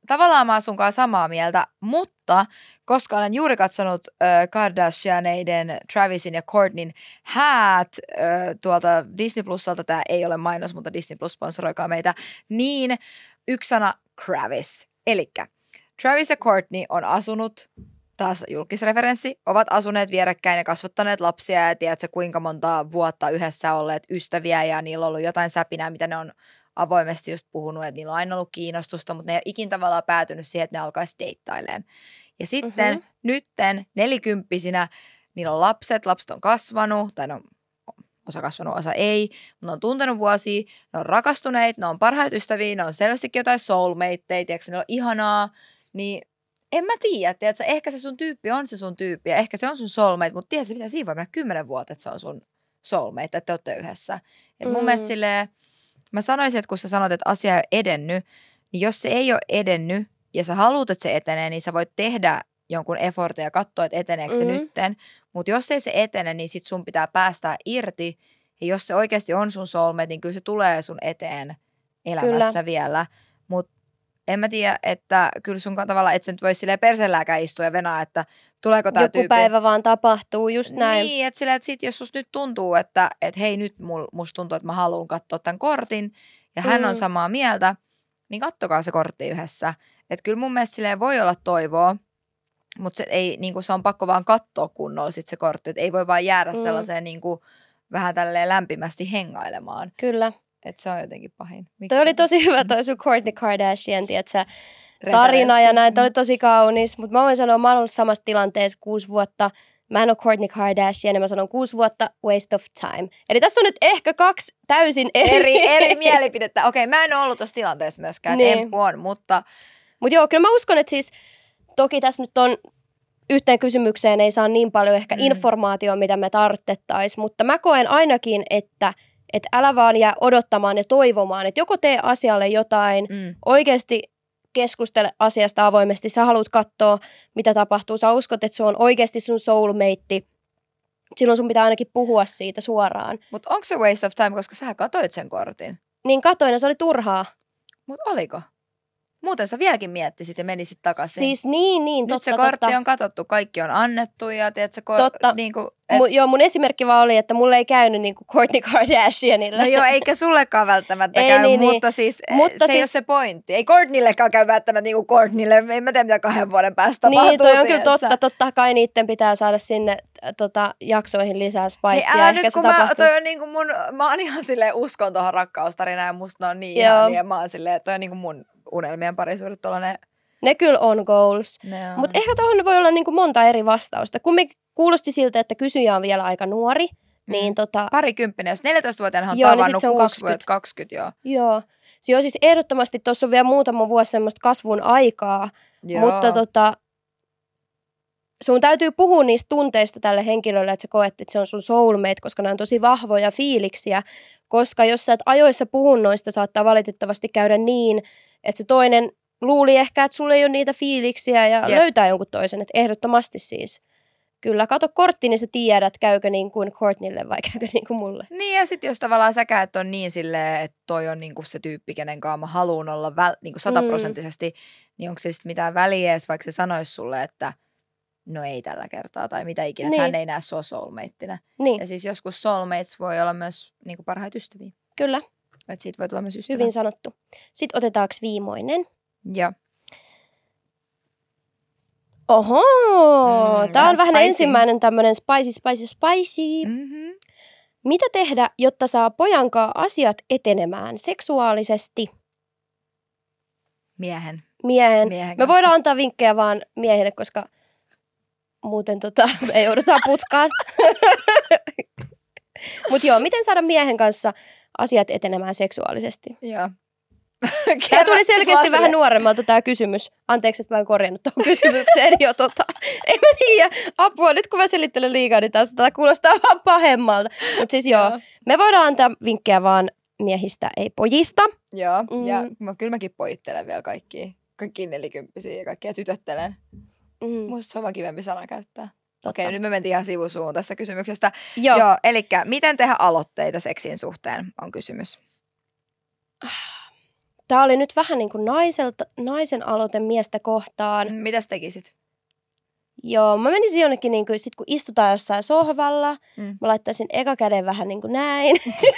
tavallaan mä oon sunkaan samaa mieltä, mutta koska olen juuri katsonut äh, Kardashianeiden, Travisin ja Kourtneyn häät äh, tuolta Disney Plusalta, tää ei ole mainos, mutta Disney Plus sponsoroikaa meitä, niin yksi sana Travis. Elikkä Travis ja Kourtney on asunut, taas julkisreferenssi, ovat asuneet vierekkäin ja kasvattaneet lapsia ja tiedätkö kuinka monta vuotta yhdessä olleet ystäviä ja niillä on ollut jotain säpinää, mitä ne on avoimesti just puhunut, että niillä on aina ollut kiinnostusta, mutta ne ei ole ikin tavallaan päätynyt siihen, että ne alkaisi deittailemaan. Ja sitten mm-hmm. nytten nelikymppisinä niillä on lapset, lapset on kasvanut, tai no, osa kasvanut, osa ei, mutta ne on tuntenut vuosia, ne on rakastuneet, ne on parhaita ystäviä, ne on selvästikin jotain soulmateja, tiedätkö, ne on ihanaa, niin en mä tiedä, tiedätkö, ehkä se sun tyyppi on se sun tyyppi ja ehkä se on sun soulmate, mutta tiedätkö, mitä siinä voi mennä kymmenen vuotta, että se on sun soulmate, että te olette yhdessä. Et mun mm. mielestä silleen, mä sanoisin, että kun sä sanot, että asia ei ole edennyt, niin jos se ei ole edennyt ja sä haluat, että se etenee, niin sä voit tehdä jonkun effortin ja katsoa, että eteneekö se mm-hmm. nytten. Mutta jos ei se etene, niin sit sun pitää päästää irti. Ja jos se oikeasti on sun soulmate, niin kyllä se tulee sun eteen elämässä kyllä. vielä. Mutta en mä tiedä, että kyllä sun tavallaan, että sä nyt vois silleen perselääkään istua ja venaa, että tuleeko tää joku tyyppi. Joku päivä vaan tapahtuu, just näin. Niin, että silleen, että sit jos susta nyt tuntuu, että et hei nyt mul, musta tuntuu, että mä haluan katsoa tämän kortin ja hän mm. on samaa mieltä, niin kattokaa se kortti yhdessä. Että kyllä mun mielestä silleen voi olla toivoa, mutta se, ei, niin kuin se on pakko vaan katsoa kunnolla sit se kortti, että ei voi vaan jäädä mm. sellaiseen niin kuin vähän tälleen lämpimästi hengailemaan. Kyllä. Että se on jotenkin pahin. Miksi toi oli tosi hyvä toi sun Kourtney Kardashian, tiiätsä, tarina ja näin. Toi oli tosi kaunis, mutta mä voin sanoa, mä oon ollut samassa tilanteessa kuusi vuotta. Mä en ole Kourtney Kardashian ja mä sanon kuusi vuotta waste of time. Eli tässä on nyt ehkä kaksi täysin eri, eri, eri mielipidettä. Okei, mä en ole ollut tuossa tilanteessa myöskään, niin. en on, mutta... Mutta joo, kyllä mä uskon, että siis toki tässä nyt on yhteen kysymykseen ei saa niin paljon ehkä mm. informaatiota, mitä me tarvitsettaisiin, mutta mä koen ainakin, että että älä vaan jää odottamaan ja toivomaan, että joko tee asialle jotain, mm. oikeasti keskustele asiasta avoimesti, sä haluat katsoa, mitä tapahtuu, sä uskot, että se on oikeasti sun soulmate, silloin sun pitää ainakin puhua siitä suoraan. Mutta onko se waste of time, koska sä katoit sen kortin? Niin katoin ja se oli turhaa. Mutta oliko? Muuten sä vieläkin miettisit ja menisit takaisin. Siis niin, niin, Nyt totta, se kortti totta. on katsottu, kaikki on annettu ja tiedätkö, kor- totta. Niin kuin, et... Mu- joo, mun esimerkki vaan oli, että mulle ei käynyt niin kuin Kourtney Kardashianille. No joo, eikä sullekaan välttämättä ei, käy, niin, mutta niin. siis mutta se siis... ei ole se pointti. Ei Kourtneyillekaan käy välttämättä niin kuin Kourtneylle, en mä tiedä mitä kahden vuoden päästä niin, tapahtuu. Niin, toi on kyllä totta. Totta kai niitten pitää saada sinne tota, jaksoihin lisää spicea. Hei, älä ehkä nyt, se kun mä, tapahtuu. toi on niin kuin mun, mä oon ihan silleen uskon tuohon rakkaustarinaan ja musta ne on niin ihania. Ja mä oon silleen, että toi on niin kuin mun unelmien parisuudet tollanen. Ne kyllä on goals. Mutta ehkä tuohon voi olla niinku monta eri vastausta. Kun me kuulosti siltä, että kysyjä on vielä aika nuori, mm. niin tota... Parikymppinen, jos neljätoistavuotiaana on joo, tavannut niin kuusi vuotta, kaksikymmentä, joo. Joo. Joo, siis ehdottomasti tuossa on vielä muutama vuosi semmoista kasvun aikaa, joo. Mutta tota... sun täytyy puhua niistä tunteista tälle henkilölle, että sä koet, että se on sun soulmate, koska ne on tosi vahvoja fiiliksiä. Koska jos sä et ajoissa puhu noista, saattaa valitettavasti käydä niin, että se toinen luuli ehkä, että sulla ei ole niitä fiiliksiä ja yep. löytää jonkun toisen. Että ehdottomasti siis. Kyllä, kato kortti, niin sä tiedät, käykö niin kuin Kourtneylle vai käykö niin kuin mulle. Niin ja sitten jos tavallaan säkä, että on niin silleen, että toi on niin kuin se tyyppi, kenen kanssa mä haluun olla väl, niin kuin sataprosenttisesti, mm. niin onko se sitten mitään väliä edes, vaikka se sanoisi sulle, että no ei tällä kertaa tai mitä ikinä, niin. Hän ei näe sua soulmateina. Niin. Ja siis joskus soulmates voi olla myös niin kuin parhaita ystäviä. Kyllä. Että siitä voi tulla myös ystävä. Hyvin sanottu. Sitten otetaanko viimeinen? Joo. Oho, mm, tämä on vähän spicy. Ensimmäinen tämmöinen spicy, spicy, spicy. Mm-hmm. Mitä tehdä, jotta saa pojankaan asiat etenemään seksuaalisesti? Miehen. Miehen. Miehen Me voidaan antaa vinkkejä vaan miehille, koska muuten tota, ei joudutaan putkaan. Mutta joo, miten saada miehen kanssa asiat etenemään seksuaalisesti? Joo. Tämä tuli selkeästi vähän nuoremmalta tämä kysymys. Anteeksi, että mä en korjannut tuohon kysymykseen jo tota. En mä tiedä. Apua, nyt kun mä selittelen liikaa, niin taas tämä kuulostaa vaan pahemmalta. Mutta siis joo, joo, me voidaan antaa vinkkejä vaan miehistä, ei pojista. Joo, mm. ja mä, kyllä mäkin pojittelen vielä kaikkia. Kaikkiin nelikymppisiä ja kaikkia tytöttelen. Mm. Musta se on vaan kivempi sana käyttää. Totta. Okei, nyt me mentiin ihan sivusuun tästä kysymyksestä. Joo. Joo, elikkä miten tehdä aloitteita seksin suhteen on kysymys. tää oli nyt vähän niin kuin naiselta, naisen aloite miestä kohtaan. Mitäs tekisit? Joo, mä menisin jonnekin, niin kuin, sit kun istutaan jossain sohvalla, Mm. mä laittaisin eka käden vähän niin kuin näin.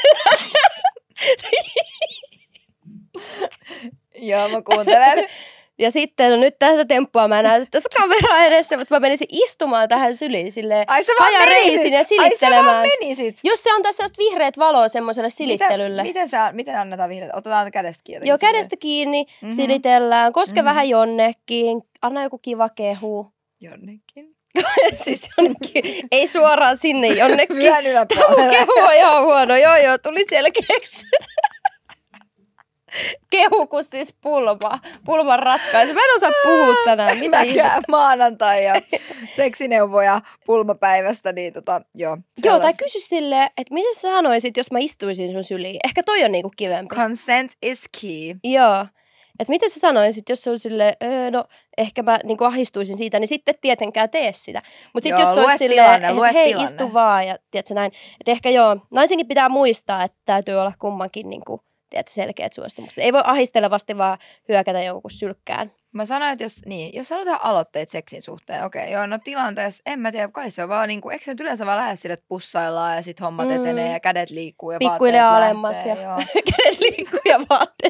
Joo, mä kuuntelen. Ja sitten, no nyt tätä temppua mä näytän tässä kameran edessä, mutta mä menisin istumaan tähän syliin silleen Ai sä vaan hajareisin ja silittelemään. Ai sä vaan menisit. Jos se on tässä sellaista vihreät valoa semmoiselle silittelylle. Miten, miten, sä, miten annetaan vihreät? Otetaan kädestä kiinni. Joo, kädestä kiinni, mm-hmm. silitellään, koske mm-hmm. vähän jonnekin, anna joku kiva kehu. Jonnekin. Siis jonnekin, ei suoraan sinne jonnekin. Vyön yläpuolella. Kehu on ihan huono, joo joo, tuli selkeäksi. Kehu kun siis pulma, pulman ratkaisu. Mä en osaa puhua tänään. Mitä Mäkään maanantai ja seksineuvoja pulmapäivästä, niin tota, joo. Joo, tai kysy silleen, että mitä sä sanoisit, jos mä istuisin sun syliin? Ehkä toi on niinku kivempi. Consent is key. Joo. Että mitä sä sanoisit, jos se on silleen, öö, no ehkä mä niinku ahistuisin siitä, niin sitten tietenkään tee sitä. Mutta sitten jos se olisi silleen, että hei tilanne. Istu vaan ja tiedätkö näin. Että ehkä joo, naisenkin pitää muistaa, että täytyy olla kummankin niinku, tiedätkö, selkeät suostumukset. Ei voi ahistelevasti vaan hyökätä jonkun sylkkään. Mä sanoin, että jos, niin, jos halutaan aloitteet seksin suhteen, okei, okay, joo, no tilanteessa, en mä tiedä, kai se on vaan niinku, eikö se nyt yleensä vaan lähde sille, että pussaillaan ja sit hommat mm. etenee ja kädet liikkuu ja pikkuhiljaa vaatteet alemmas lähtee. Ja kädet liikkuu ja vaatteet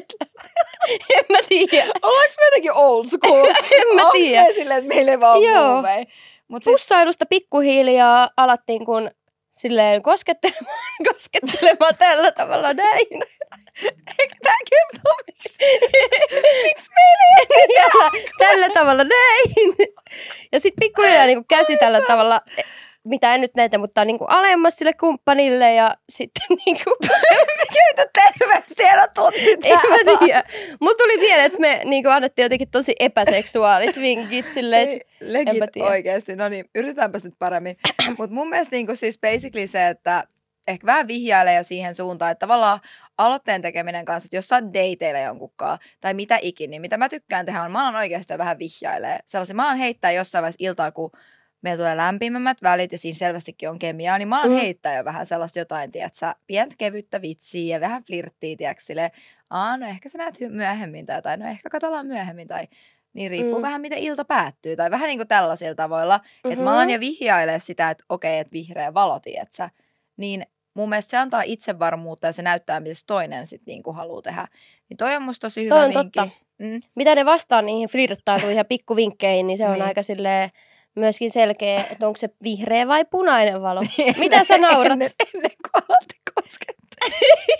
En mä tiedä. Ollaanko me jotenkin old school? En mä tiedä. Onko me silleen, että meillä ei vaan joo. muuvei? Mut pussailusta siis pikkuhiljaa alattiin kun silleen koskettelemaan, koskettelemaan tällä tavalla näin. Eikö tää kertoo miksi? Miksi meillä ei tällä, tällä tavalla näin. Ja sit pikkuhiljaa niinku käsi tällä tavalla, mitä en nyt näitä, mutta on niinku alemmas sille kumppanille ja sitten niinku... Käytä terveystiedot tunti täällä. En mä tiedä. Mut tuli mieleen, että me niinku annettiin jotenkin tosi epäseksuaalit vinkit silleen, että legit oikeesti. No niin, yritetäänpäs nyt paremmin. Mut mun mielestä niinku siis basically se, että ehkä vähän vihjailee jo siihen suuntaan, että tavallaan aloitteen tekeminen kanssa, että jos sä oot dateilla jonkunkaan tai mitä ikin, niin mitä mä tykkään tehdä on, mä alan oikeastaan vähän vihjailee. Sellaisia, mä alan heittää jossain vaiheessa iltaa, kun meillä tulee lämpimämmät välit ja siinä selvästikin on kemiaa, niin mä alan mm. heittää jo vähän sellaista jotain, tiedätkö, pientä kevyttä vitsiä ja vähän flirttiä, tiedätkö, silleen, aa, no ehkä sä näet myöhemmin tai, tai no ehkä katsotaan myöhemmin tai niin riippuu mm. vähän miten ilta päättyy tai vähän niin kuin tällaisilla tavoilla, mm-hmm. että mä alan jo vihjailee sitä, että okei, että vihreä valo, tiedätkö, niin mun mielestä se antaa itsevarmuutta ja se näyttää, mitä se toinen sitten niinku haluaa tehdä. Niin toi on musta tosi hyvä toi on vinkki. Totta. Mm. Mitä ne vastaa niihin flirttailuihin ja pikkuvinkkeihin, niin se on niin. aika silleen myöskin selkeä, että onko se vihreä vai punainen valo. Mitä sä naurat? Ennen, ennen kuin alatte koskettaa.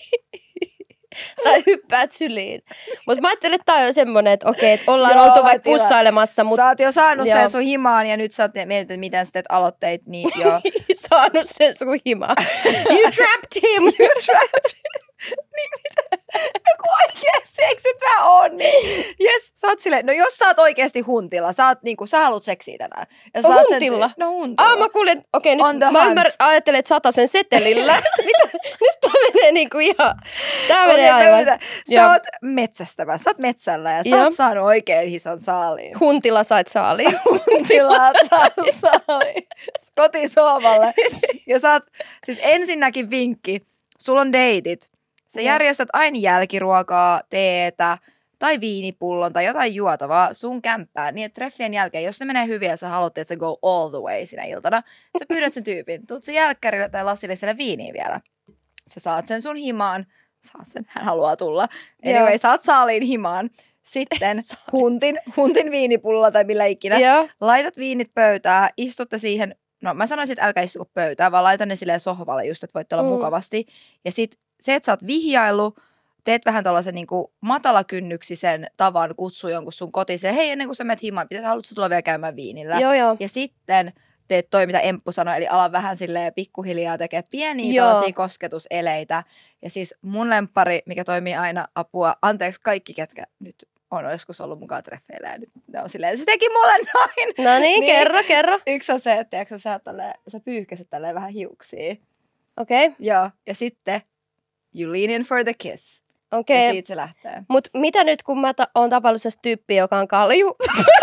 Tai hyppäät syliin. Mutta mä ajattelin, että tää on semmonen, että okei, että ollaan joo, oltu vaikka pussailemassa. Mut... Sä oot jo saanut joo. sen sun himaan ja nyt sä oot mietit, että miten sä teet aloitteet, niin joo. saanut sen sun himaan. You trapped him. You trapped him. Niin mitä? No kun oikeesti, eikö se vähän ole niin? Jes, sä oot silleen, no jos sä oot oikeesti huntilla, sä oot niinku, sä haluut seksiä tänään. Ja sä huntilla? Sen, no huntilla. Ah, mä kuulin, okei okay, nyt mä ymmär, ajattelen, että satasen setelillä. Mitä? Nyt tää menee niinku ihan, tää menee okay, aivan. Sä ja. oot metsästävä, sä oot metsällä ja sä ja. oot saanut oikein ison saaliin. Huntilla sait saaliin. Huntilla oot saanut saaliin. Kotisohvalle. Ja sä oot, siis ensinnäkin vinkki, sulla on deitit. Sä ja. järjestät aina jälkiruokaa, teetä tai viinipullon tai jotain juotavaa sun kämppään. Niin, että treffien jälkeen, jos ne menee hyvin ja sä haluat, että se go all the way sinä iltana, sä pyydät sen tyypin. Tuut sen jälkkärille tai Lassilliselle viiniä vielä. Sä saat sen sun himaan. Saat sen, hän haluaa tulla. Anyway, Joo. saat saaliin himaan. Sitten huntin, huntin viinipullolla tai millä ikinä. Joo. Laitat viinit pöytään, istutte siihen. No mä sanoisin, että älkää istuko pöytään, vaan laita ne silleen sohvalle just, että voitte olla mm. mukavasti. Ja sit se, että sä oot vihjaillut, teet vähän tollasen niinku matalakynnyksisen tavan kutsua jonkun sun kotiin. Silleen, hei, ennen kuin sä menet himaan, pitäisi haluatko tulla vielä käymään viinillä. Joo, joo. Ja sitten teet toi, mitä Emppu sanoi, eli ala vähän silleen pikkuhiljaa tekee pieniä tällaisia kosketuseleitä. Ja siis mun lemppari, mikä toimii aina apua, anteeksi kaikki, ketkä nyt on joskus ollut mukaan treffeillä ja nyt ne on silleen, se teki mulle noin. No niin, niin kerro, kerro. Yksi on se, että sä, sä, tälleen, sä pyyhkäset tälleen vähän hiuksia. Okei. Okay. Joo, ja sitten you lean in for the kiss. Okei. Okay. Ja siitä se lähtee. Mut mitä nyt, kun mä ta- oon tapannut sellaista tyyppiä, joka on kalju?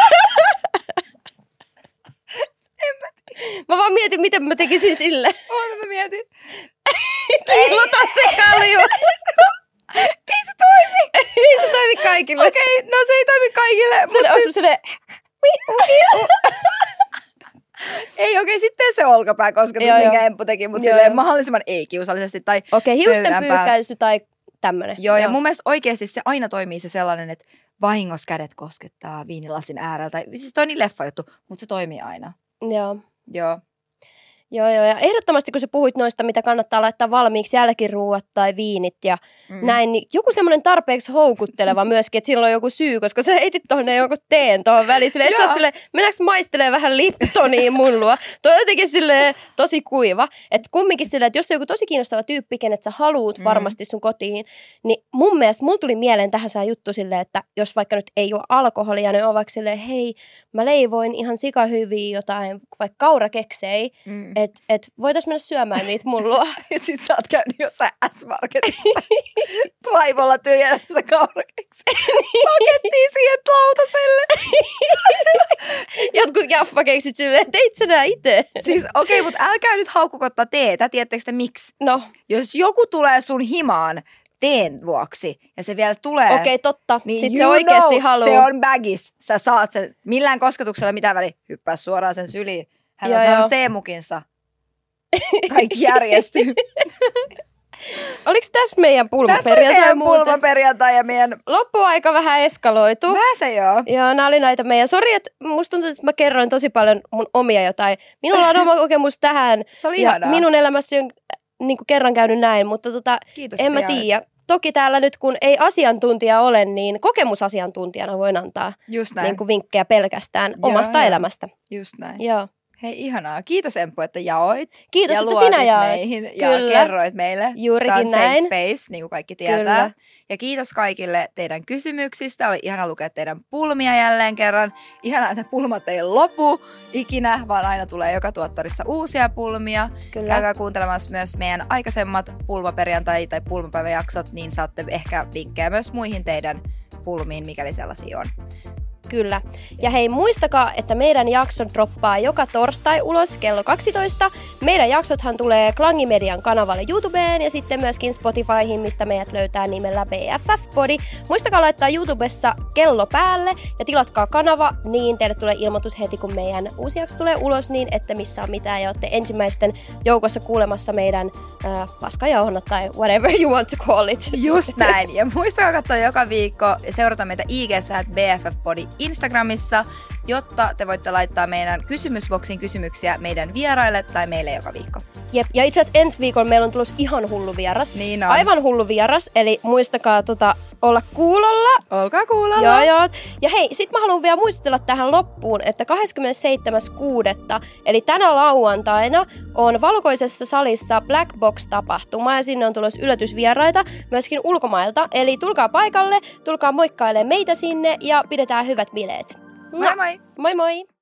En mä tiedä. Mä vaan mietin, miten mä tekisin sille. Oota, mä mietin. Kiilluta se kalju. Ei se toimi. Ei se toimi. kaikille. Okei, okay, no se ei toimi kaikille. Se on siis... silleen... Ei okei, okay, sitten se olkapää kosketus, joo, minkä Emppu teki, mutta silleen mahdollisimman ei-kiusallisesti. Tai okei, okay, hiusten pyyhkäisy tai tämmönen. Joo, joo, ja mun mielestä oikeasti se aina toimii se sellainen, että vahingossa kädet koskettaa viinilasin äärellä. Siis toi on niin leffa juttu, mutta se toimii aina. Joo. Joo. Joo, joo. Ja ehdottomasti, kun sä puhuit noista, mitä kannattaa laittaa valmiiksi, jälkiruuat tai viinit ja mm. näin, niin joku semmoinen tarpeeksi houkutteleva myöskin, että sillä on joku syy, koska sä heitit tuonne joku teen tuohon väliin. Silleen, että sä oot silleen, mennäänkö maistelemaan vähän Liptoniin mullua? Toi on jotenkin silleen tosi kuiva. Että kumminkin silleen, että jos on joku tosi kiinnostava tyyppi, kenet sä haluut mm. varmasti sun kotiin, niin mun mielestä mulla tuli mieleen tähän sää juttu silleen, että jos vaikka nyt ei ole alkoholia, niin on vaikka silleen, hei, mä leivoin ihan sikahyviä jotain, vaikka kaurakeksei, mm. että et voitais mennä syömään niitä mullua. Ja sit sä oot käynyt jossain S-Marketissa raivolla tyhjässä kaurakeksi. Pakettiin siihen lautaselle. Jotkut jaffakeksit silleen, teit sä nää ite. Siis okei, okay, mutta älkää nyt haukkukottaa teetä. Tiedättekö te miksi? No. Jos joku tulee sun himaan teen vuoksi ja se vielä tulee. Okei, okay, totta. Niin sit se oikeesti haluaa. Se on bagis. Sä saat sen millään kosketuksella mitään väliä. Hyppää suoraan sen syliin. Hän on joo, saanut joo. teemukinsa. Kaikki järjestyy. Oliko tässä meidän pulmaperjantai? Tässä meidän pulmaperjantai ja meidän... Loppuaika vähän eskaloitu. Vähän se joo. Joo, nämä oli näitä meidän... Sori, että musta tuntuu, että mä kerroin tosi paljon mun omia jotain. Minulla on oma kokemus tähän. Se oli ja ihanaa. Minun elämässäni on niin kuin kerran käynyt näin, mutta tota, kiitos, en mä tiedä. Toki täällä nyt, kun ei asiantuntija ole, niin kokemusasiantuntijana voin antaa niin kuin vinkkejä pelkästään joo, omasta joo. elämästä. Just näin. Joo. Hei, ihanaa. Kiitos Emppu, että jaoit. Kiitos, ja että sinä jaoit. Meihin ja Kyllä. kerroit meille. Juurikin Tämä on näin. safe space, niin kuin kaikki tietää. Kyllä. Ja kiitos kaikille teidän kysymyksistä. Oli ihana lukea teidän pulmia jälleen kerran. Ihanaa, että pulmat ei lopu ikinä, vaan aina tulee joka tuottarissa uusia pulmia. Kyllä. Käykää kuuntelemassa myös meidän aikaisemmat pulmaperjantai- tai pulmapäiväjaksot, niin saatte ehkä vinkkejä myös muihin teidän pulmiin, mikäli sellaisia on. Kyllä. Ja hei, muistakaa, että meidän jakso droppaa joka torstai ulos kello kaksitoista. Meidän jaksothan tulee Klangimedian kanavalle YouTubeen ja sitten myöskin Spotifyhin, mistä meidät löytää nimellä B F F Body. Muistakaa laittaa YouTubessa kello päälle ja tilatkaa kanava, niin teille tulee ilmoitus heti, kun meidän uusi jakso tulee ulos, niin ette missään mitään ja olette ensimmäisten joukossa kuulemassa meidän äh, paskajauhonnat tai whatever you want to call it. Just näin. Ja muistakaa katsoa joka viikko ja seurata meitä I G:ssä at B F F Body Instagramissa, jotta te voitte laittaa meidän kysymysboksin kysymyksiä meidän vieraille tai meille joka viikko. Jep, ja itse asiassa ensi viikolla meillä on tulossa ihan hullu vieras. Niin on. Aivan hullu vieras, eli muistakaa tota, olla kuulolla. Olkaa kuulolla. Joo, joo. Ja hei, sit mä haluan vielä muistutella tähän loppuun, että kahdeskymmenesseitsemäs kuudetta eli tänä lauantaina on Valkoisessa salissa Black Box-tapahtuma ja sinne on tulossa yllätysvieraita myöskin ulkomailta. Eli tulkaa paikalle, tulkaa moikkailemaan meitä sinne ja pidetään hyvät bileet. Moi moi! Moi moi!